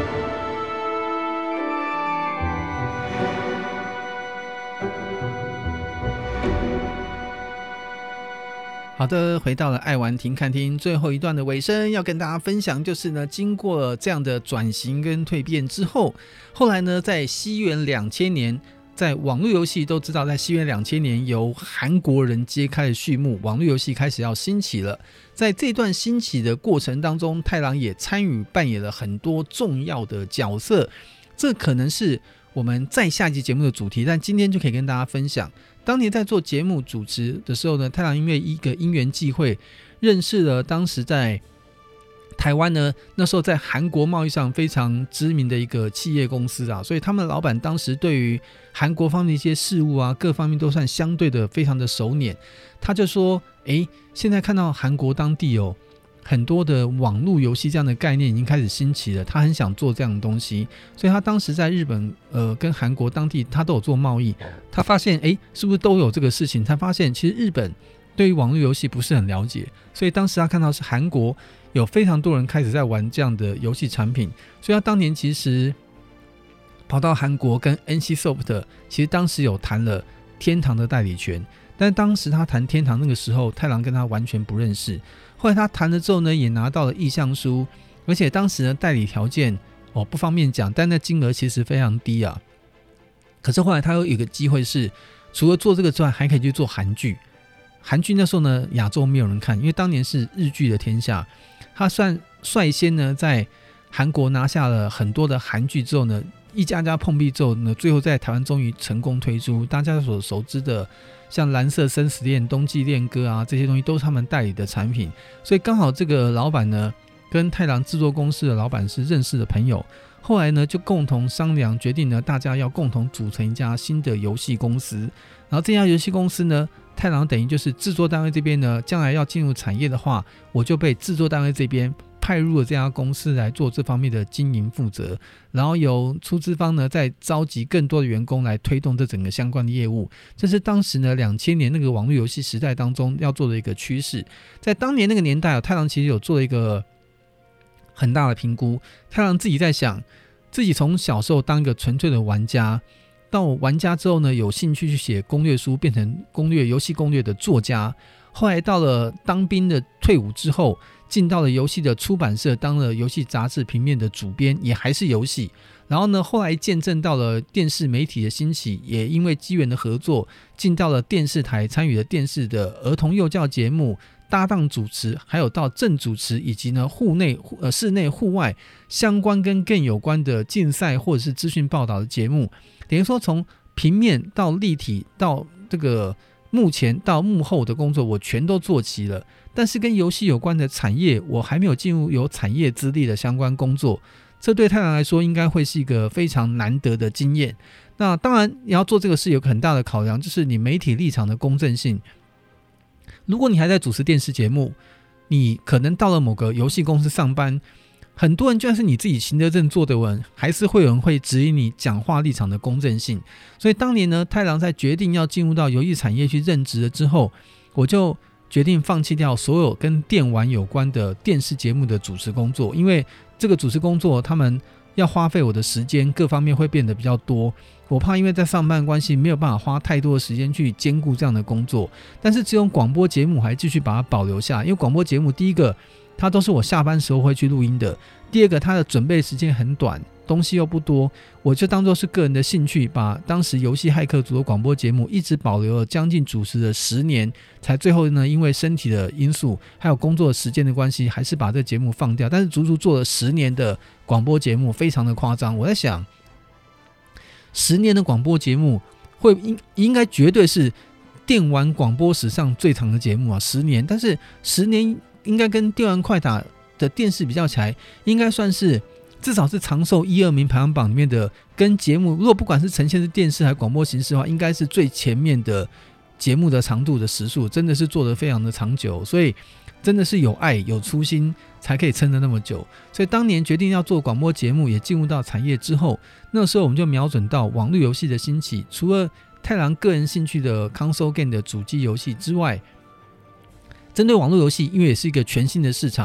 好的，回到了爱玩停看听最后一段的尾声，要跟大家分享就是呢，经过了这样的转型跟蜕变之后，后来呢，在西元两千年，在网络游戏都知道，在西元两千年由韩国人揭开了序幕，网络游戏开始要兴起了。在这段兴起的过程当中，太郎也参与扮演了很多重要的角色，这可能是我们在下一集节目的主题，但今天就可以跟大家分享。当年在做节目主持的时候呢，太郎因为一个因缘际会认识了当时在台湾呢，那时候在韩国贸易上非常知名的一个企业公司啊，所以他们老板当时对于韩国方面的一些事物啊，各方面都算相对的非常的熟稔。他就说，诶，现在看到韩国当地有很多的网络游戏这样的概念已经开始兴起了，他很想做这样的东西，所以他当时在日本呃跟韩国当地他都有做贸易，他发现诶是不是都有这个事情，他发现其实日本对于网络游戏不是很了解，所以当时他看到是韩国有非常多人开始在玩这样的游戏产品，所以他当年其实跑到韩国跟 N C Soft 其实当时有谈了天堂的代理权，但当时他谈天堂那个时候太郎跟他完全不认识，后来他谈了之后呢，也拿到了意向书，而且当时的代理条件哦不方便讲，但那金额其实非常低啊。可是后来他有一个机会是，除了做这个之外，还可以去做韩剧。韩剧那时候呢，亚洲没有人看，因为当年是日剧的天下。他算率先呢，在韩国拿下了很多的韩剧之后呢，一家家碰壁之后呢，最后在台湾终于成功推出大家所熟知的像蓝色生死恋、冬季恋歌啊，这些东西都是他们代理的产品。所以刚好这个老板呢跟太郎制作公司的老板是认识的朋友，后来呢就共同商量决定呢，大家要共同组成一家新的游戏公司。然后这家游戏公司呢，太郎等于就是制作单位这边呢，将来要进入产业的话，我就被制作单位这边派入了这家公司来做这方面的经营负责，然后由出资方呢再召集更多的员工来推动这整个相关的业务。这是当时呢两千年那个网络游戏时代当中要做的一个趋势。在当年那个年代、哦、太郎其实有做了一个很大的评估。太郎自己在想，自己从小时候当一个纯粹的玩家，到玩家之后呢，有兴趣去写攻略书，变成攻略游戏攻略的作家。后来到了当兵的退伍之后，进到了游戏的出版社，当了游戏杂志平面的主编，也还是游戏。然后呢，后来见证到了电视媒体的兴起，也因为机缘的合作，进到了电视台，参与了电视的儿童幼教节目，搭档主持，还有到正主持，以及呢户内、呃室内、户外相关跟更有关的竞赛或者是资讯报道的节目。等于说从平面到立体到这个目前到幕后的工作我全都做齐了，但是跟游戏有关的产业我还没有进入有产业资历的相关工作，这对太郎来说应该会是一个非常难得的经验。那当然你要做这个事有很大的考量，就是你媒体立场的公正性。如果你还在主持电视节目，你可能到了某个游戏公司上班，很多人就算是你自己行得正坐得稳，还是会有人会质疑你讲话立场的公正性。所以当年呢，太郎在决定要进入到游戏产业去任职了之后，我就决定放弃掉所有跟电玩有关的电视节目的主持工作，因为这个主持工作他们要花费我的时间各方面会变得比较多，我怕因为在上班的关系没有办法花太多的时间去兼顾这样的工作。但是只有广播节目还继续把它保留下，因为广播节目第一个它都是我下班时候会去录音的，第二个它的准备时间很短，东西又不多，我就当作是个人的兴趣，把当时游戏骇客族的广播节目一直保留了将近主持了十年，才最后呢因为身体的因素还有工作的时间的关系，还是把这个节目放掉。但是足足做了十年的广播节目，非常的夸张。我在想，十年的广播节目会 应, 应该绝对是电玩广播史上最长的节目啊，十年。但是十年应该跟电玩快打的电视比较起来，应该算是至少是长寿一二名排行榜里面的，跟节目如果不管是呈现是电视还是广播形式的话，应该是最前面的节目的长度的时数，真的是做得非常的长久。所以真的是有爱有初心才可以撑得那么久。所以当年决定要做广播节目，也进入到产业之后，那时候我们就瞄准到网络游戏的兴起，除了太郎个人兴趣的 console game 的主机游戏之外，针对网络游戏因为也是一个全新的市场，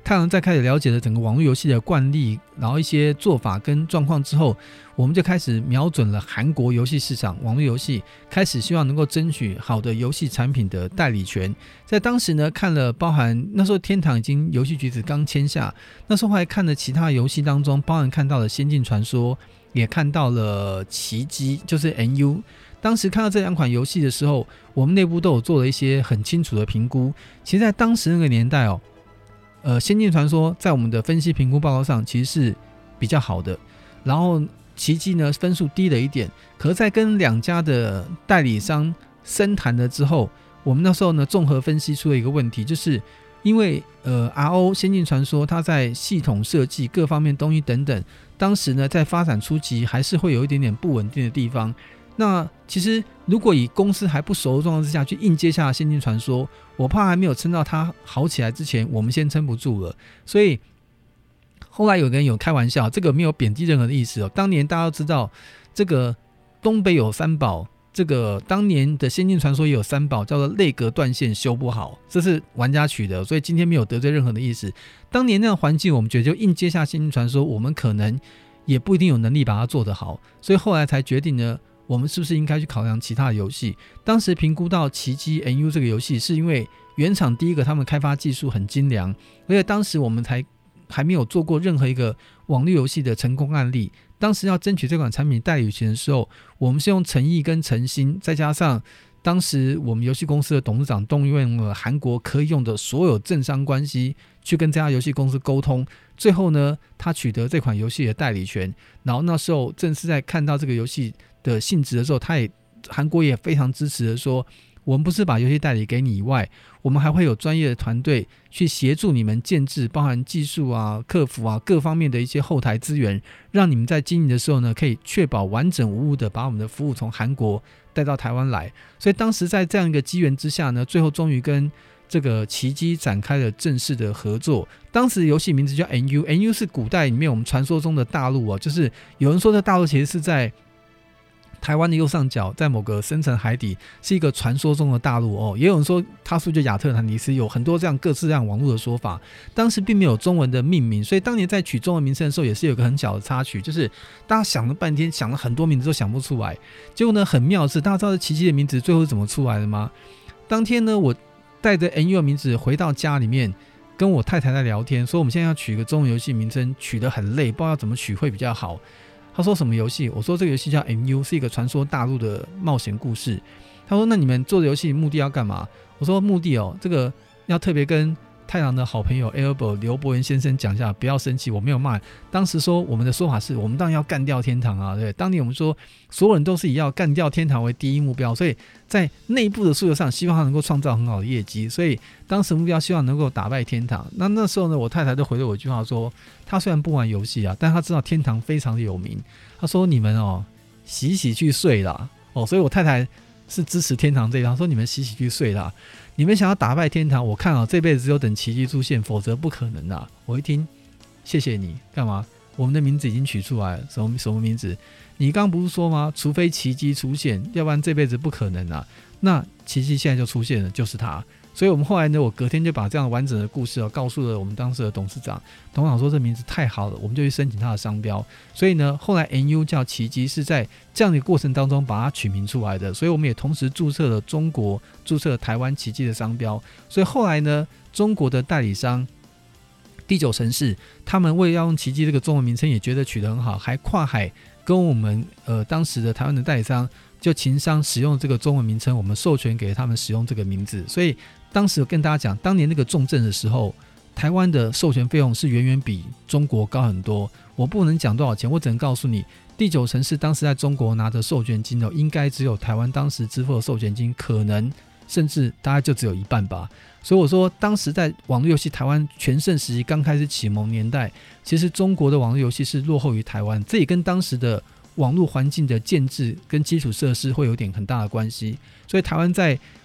太郎在开始了解了整个网络游戏的惯例，然后一些做法跟状况之后，我们就开始瞄准了韩国游戏市场，网络游戏开始希望能够争取好的游戏产品的代理权。在当时呢，看了包含那时候天堂已经游戏橘子刚签下，那时候还看了其他游戏当中，包含看到了仙境传说，也看到了奇迹，就是 N U。 当时看到这两款游戏的时候，我们内部都有做了一些很清楚的评估。其实在当时那个年代哦，呃，仙境传说在我们的分析评估报告上其实是比较好的，然后奇迹呢分数低了一点，可是在跟两家的代理商深谈了之后，我们那时候呢综合分析出了一个问题，就是因为呃 R O 仙境传说它在系统设计各方面东西等等，当时呢在发展初期还是会有一点点不稳定的地方。那其实如果以公司还不熟的状况之下去硬接下仙境传说，我怕还没有撑到它好起来之前，我们先撑不住了。所以后来有人有开玩笑，这个没有贬低任何的意思哦。当年大家都知道，这个东北有三宝，这个当年的仙境传说也有三宝，叫做内阁断线修不好，这是玩家取的，所以今天没有得罪任何的意思。当年那样环境，我们觉得就硬接下仙境传说，我们可能也不一定有能力把它做得好，所以后来才决定呢，我们是不是应该去考量其他的游戏。当时评估到奇迹 N U 这个游戏，是因为原厂第一个他们开发技术很精良，而且当时我们才还没有做过任何一个网络游戏的成功案例。当时要争取这款产品代理权的时候，我们是用诚意跟诚心，再加上当时我们游戏公司的董事长动用了韩国可以用的所有政商关系去跟这家游戏公司沟通，最后呢他取得这款游戏的代理权。然后那时候正是在看到这个游戏的性质的时候，他也韩国也非常支持的说，我们不是把游戏代理给你以外，我们还会有专业的团队去协助你们建制，包含技术啊、客服啊各方面的一些后台资源，让你们在经营的时候呢，可以确保完整无误的把我们的服务从韩国带到台湾来。所以当时在这样一个机缘之下呢，最后终于跟这个奇迹展开了正式的合作。当时游戏名字叫 N U， N U 是古代里面我们传说中的大陆哦，就是有人说的大陆其实是在台湾的右上角，在某个深层海底，是一个传说中的大陆哦。也有人说它是不是就亚特兰蒂斯，有很多这样各式各样网络的说法。当时并没有中文的命名，所以当年在取中文名称的时候，也是有个很小的插曲，就是大家想了半天，想了很多名字都想不出来。结果呢，很妙的是，大家知道奇迹的名字最后是怎么出来的吗？当天呢，我带着 N U 的名字回到家里面，跟我太太在聊天，说我们现在要取一个中文游戏名称，取得很累，不知道怎么取会比较好。他说什么游戏？我说这个游戏叫 N U， 是一个传说大陆的冒险故事。他说那你们做的游戏目的要干嘛？我说目的哦，这个要特别跟太郎的好朋友 Airbo 刘伯元先生讲一下，不要生气，我没有骂。当时说我们的说法是我们当然要干掉天堂啊，对，当年我们说所有人都是以要干掉天堂为第一目标，所以在内部的诉求上希望他能够创造很好的业绩，所以当时目标希望能够打败天堂。那那时候呢，我太太就回了我一句话说，她虽然不玩游戏啊，但她知道天堂非常的有名。她说你们哦洗洗去睡啦哦，所以我太太是支持天堂这一套，说你们洗洗去睡啦，你们想要打败天堂，我看啊这辈子只有等奇迹出现，否则不可能啊。我一听，谢谢你干嘛？我们的名字已经取出来了，什么什么名字？你刚不是说吗？除非奇迹出现，要不然这辈子不可能啊。那奇迹现在就出现了，就是它。所以我们后来呢，我隔天就把这样完整的故事、哦、告诉了我们当时的董事长。董事长说这名字太好了，我们就去申请他的商标。所以呢，后来 N U 叫奇迹是在这样的过程当中把它取名出来的。所以我们也同时注册了中国、注册了台湾奇迹的商标。所以后来呢，中国的代理商第九城市，他们为了要用奇迹这个中文名称，也觉得取得很好，还跨海跟我们呃当时的台湾的代理商就情商使用这个中文名称，我们授权给他们使用这个名字。所以当时我跟大家讲，当年那个重症的时候，台湾的授权费用是远远比中国高很多。我不能讲多少钱，我只能告诉你，第九城市当时在中国拿的授权金、哦、应该只有台湾当时支付的授权金可能甚至大概就只有一半吧。所以我说当时在网络游戏台湾全盛时期刚开始启蒙年代，其实中国的网络游戏是落后于台湾，这也跟当时的网络环境的建制跟基础设施会有点很大的关系。所以台湾在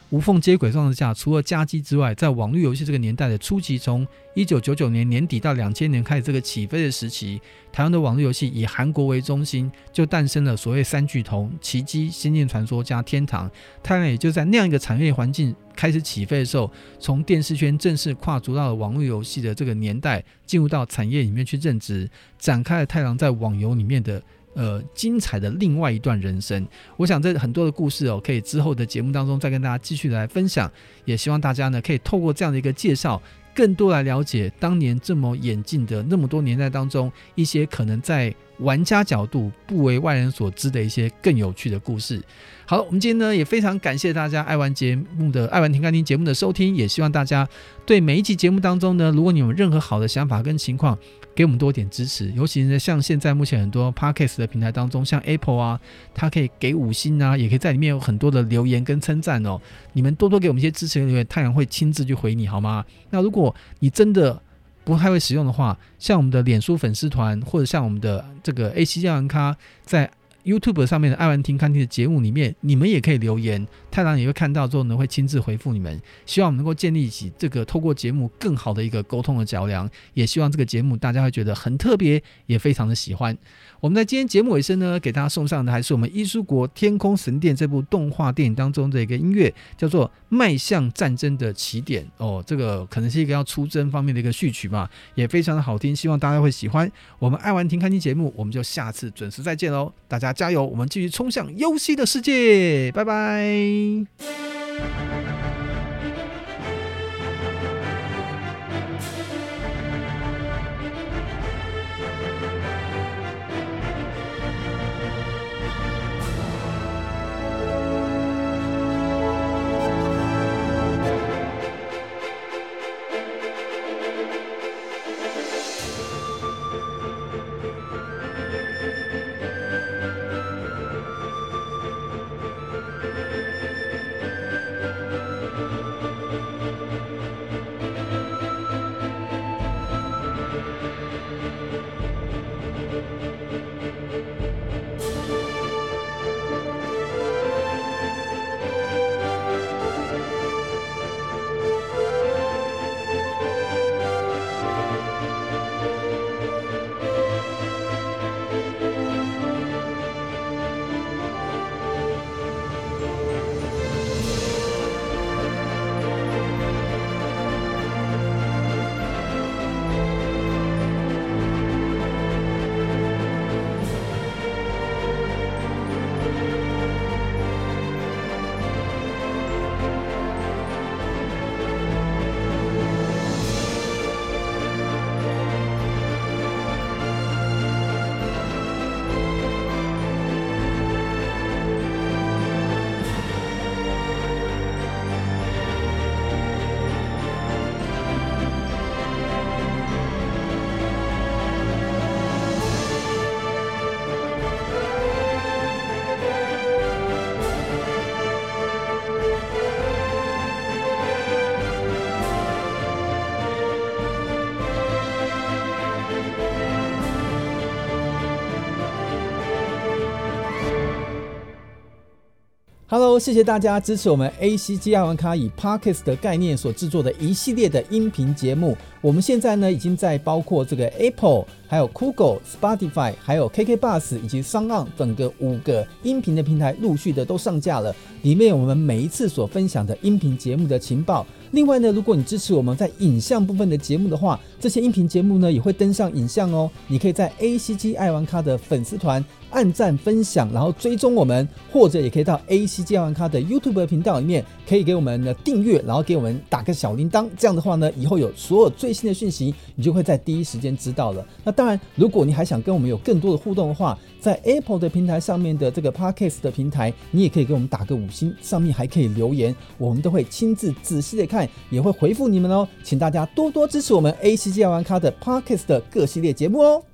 无缝接轨状况下，除了家机之外，在网络游戏这个年代的初期，从一九九九年年底到两千年开始这个起飞的时期，台湾的网络游戏以韩国为中心，就诞生了所谓三巨头奇迹、仙剑传说加天堂。台湾也就在那样一个产业环境开始起飞的时候，从电视圈正式跨足到了网络游戏的这个年代，进入到产业里面去任职，展开了太郎在网游里面的呃，精彩的另外一段人生。我想这很多的故事哦，可以之后的节目当中再跟大家继续来分享，也希望大家呢可以透过这样的一个介绍，更多来了解当年这么演进的那么多年代当中，一些可能在玩家角度不为外人所知的一些更有趣的故事。好，我们今天呢也非常感谢大家爱玩节目的爱玩停看听节目的收听，也希望大家对每一集节目当中呢，如果你有任何好的想法跟情况，给我们多点支持。尤其是像现在目前很多 Podcast 的平台当中，像 Apple 啊，它可以给五星啊，也可以在里面有很多的留言跟称赞哦。你们多多给我们一些支持留言，太阳会亲自去回你好吗？那如果你真的不太会使用的话，像我们的脸书粉丝团，或者像我们的这个 A C 教玩咖在YouTube 上面的爱玩听看听的节目里面，你们也可以留言，太郎也会看到之后呢，会亲自回复你们。希望我们能够建立起这个透过节目更好的一个沟通的桥梁，也希望这个节目大家会觉得很特别，也非常的喜欢。我们在今天节目尾声呢，给大家送上的还是我们伊苏国天空神殿这部动画电影当中的一个音乐，叫做迈向战争的起点哦，这个可能是一个要出征方面的一个序曲嘛，也非常的好听，希望大家会喜欢。我们爱玩听看听节目，我们就下次准时再见喽，大家加油，我们继续冲向游戏的世界，拜拜。Hello， 谢谢大家支持我们 A C G 爱玩咖以 Podcast 的概念所制作的一系列的音频节目。我们现在呢已经在包括这个 Apple、还有 Google、Spotify、还有 K K Bus 以及 SoundOn 整个五个音频的平台陆续的都上架了。里面有我们每一次所分享的音频节目的情报。另外呢，如果你支持我们在影像部分的节目的话，这些音频节目呢也会登上影像哦。你可以在 A C G 爱玩咖的粉丝团按赞分享，然后追踪我们，或者也可以到 A C G 爱玩咖的 YouTube 频道里面，可以给我们的订阅，然后给我们打个小铃铛。这样的话呢，以后有所有最新的讯息，你就会在第一时间知道了。那当然，如果你还想跟我们有更多的互动的话，在 Apple 的平台上面的这个 Podcast 的平台，你也可以给我们打个五星，上面还可以留言，我们都会亲自仔细的看，也会回复你们哦。请大家多多支持我们 A C G 爱玩咖的 Podcast 的各系列节目哦。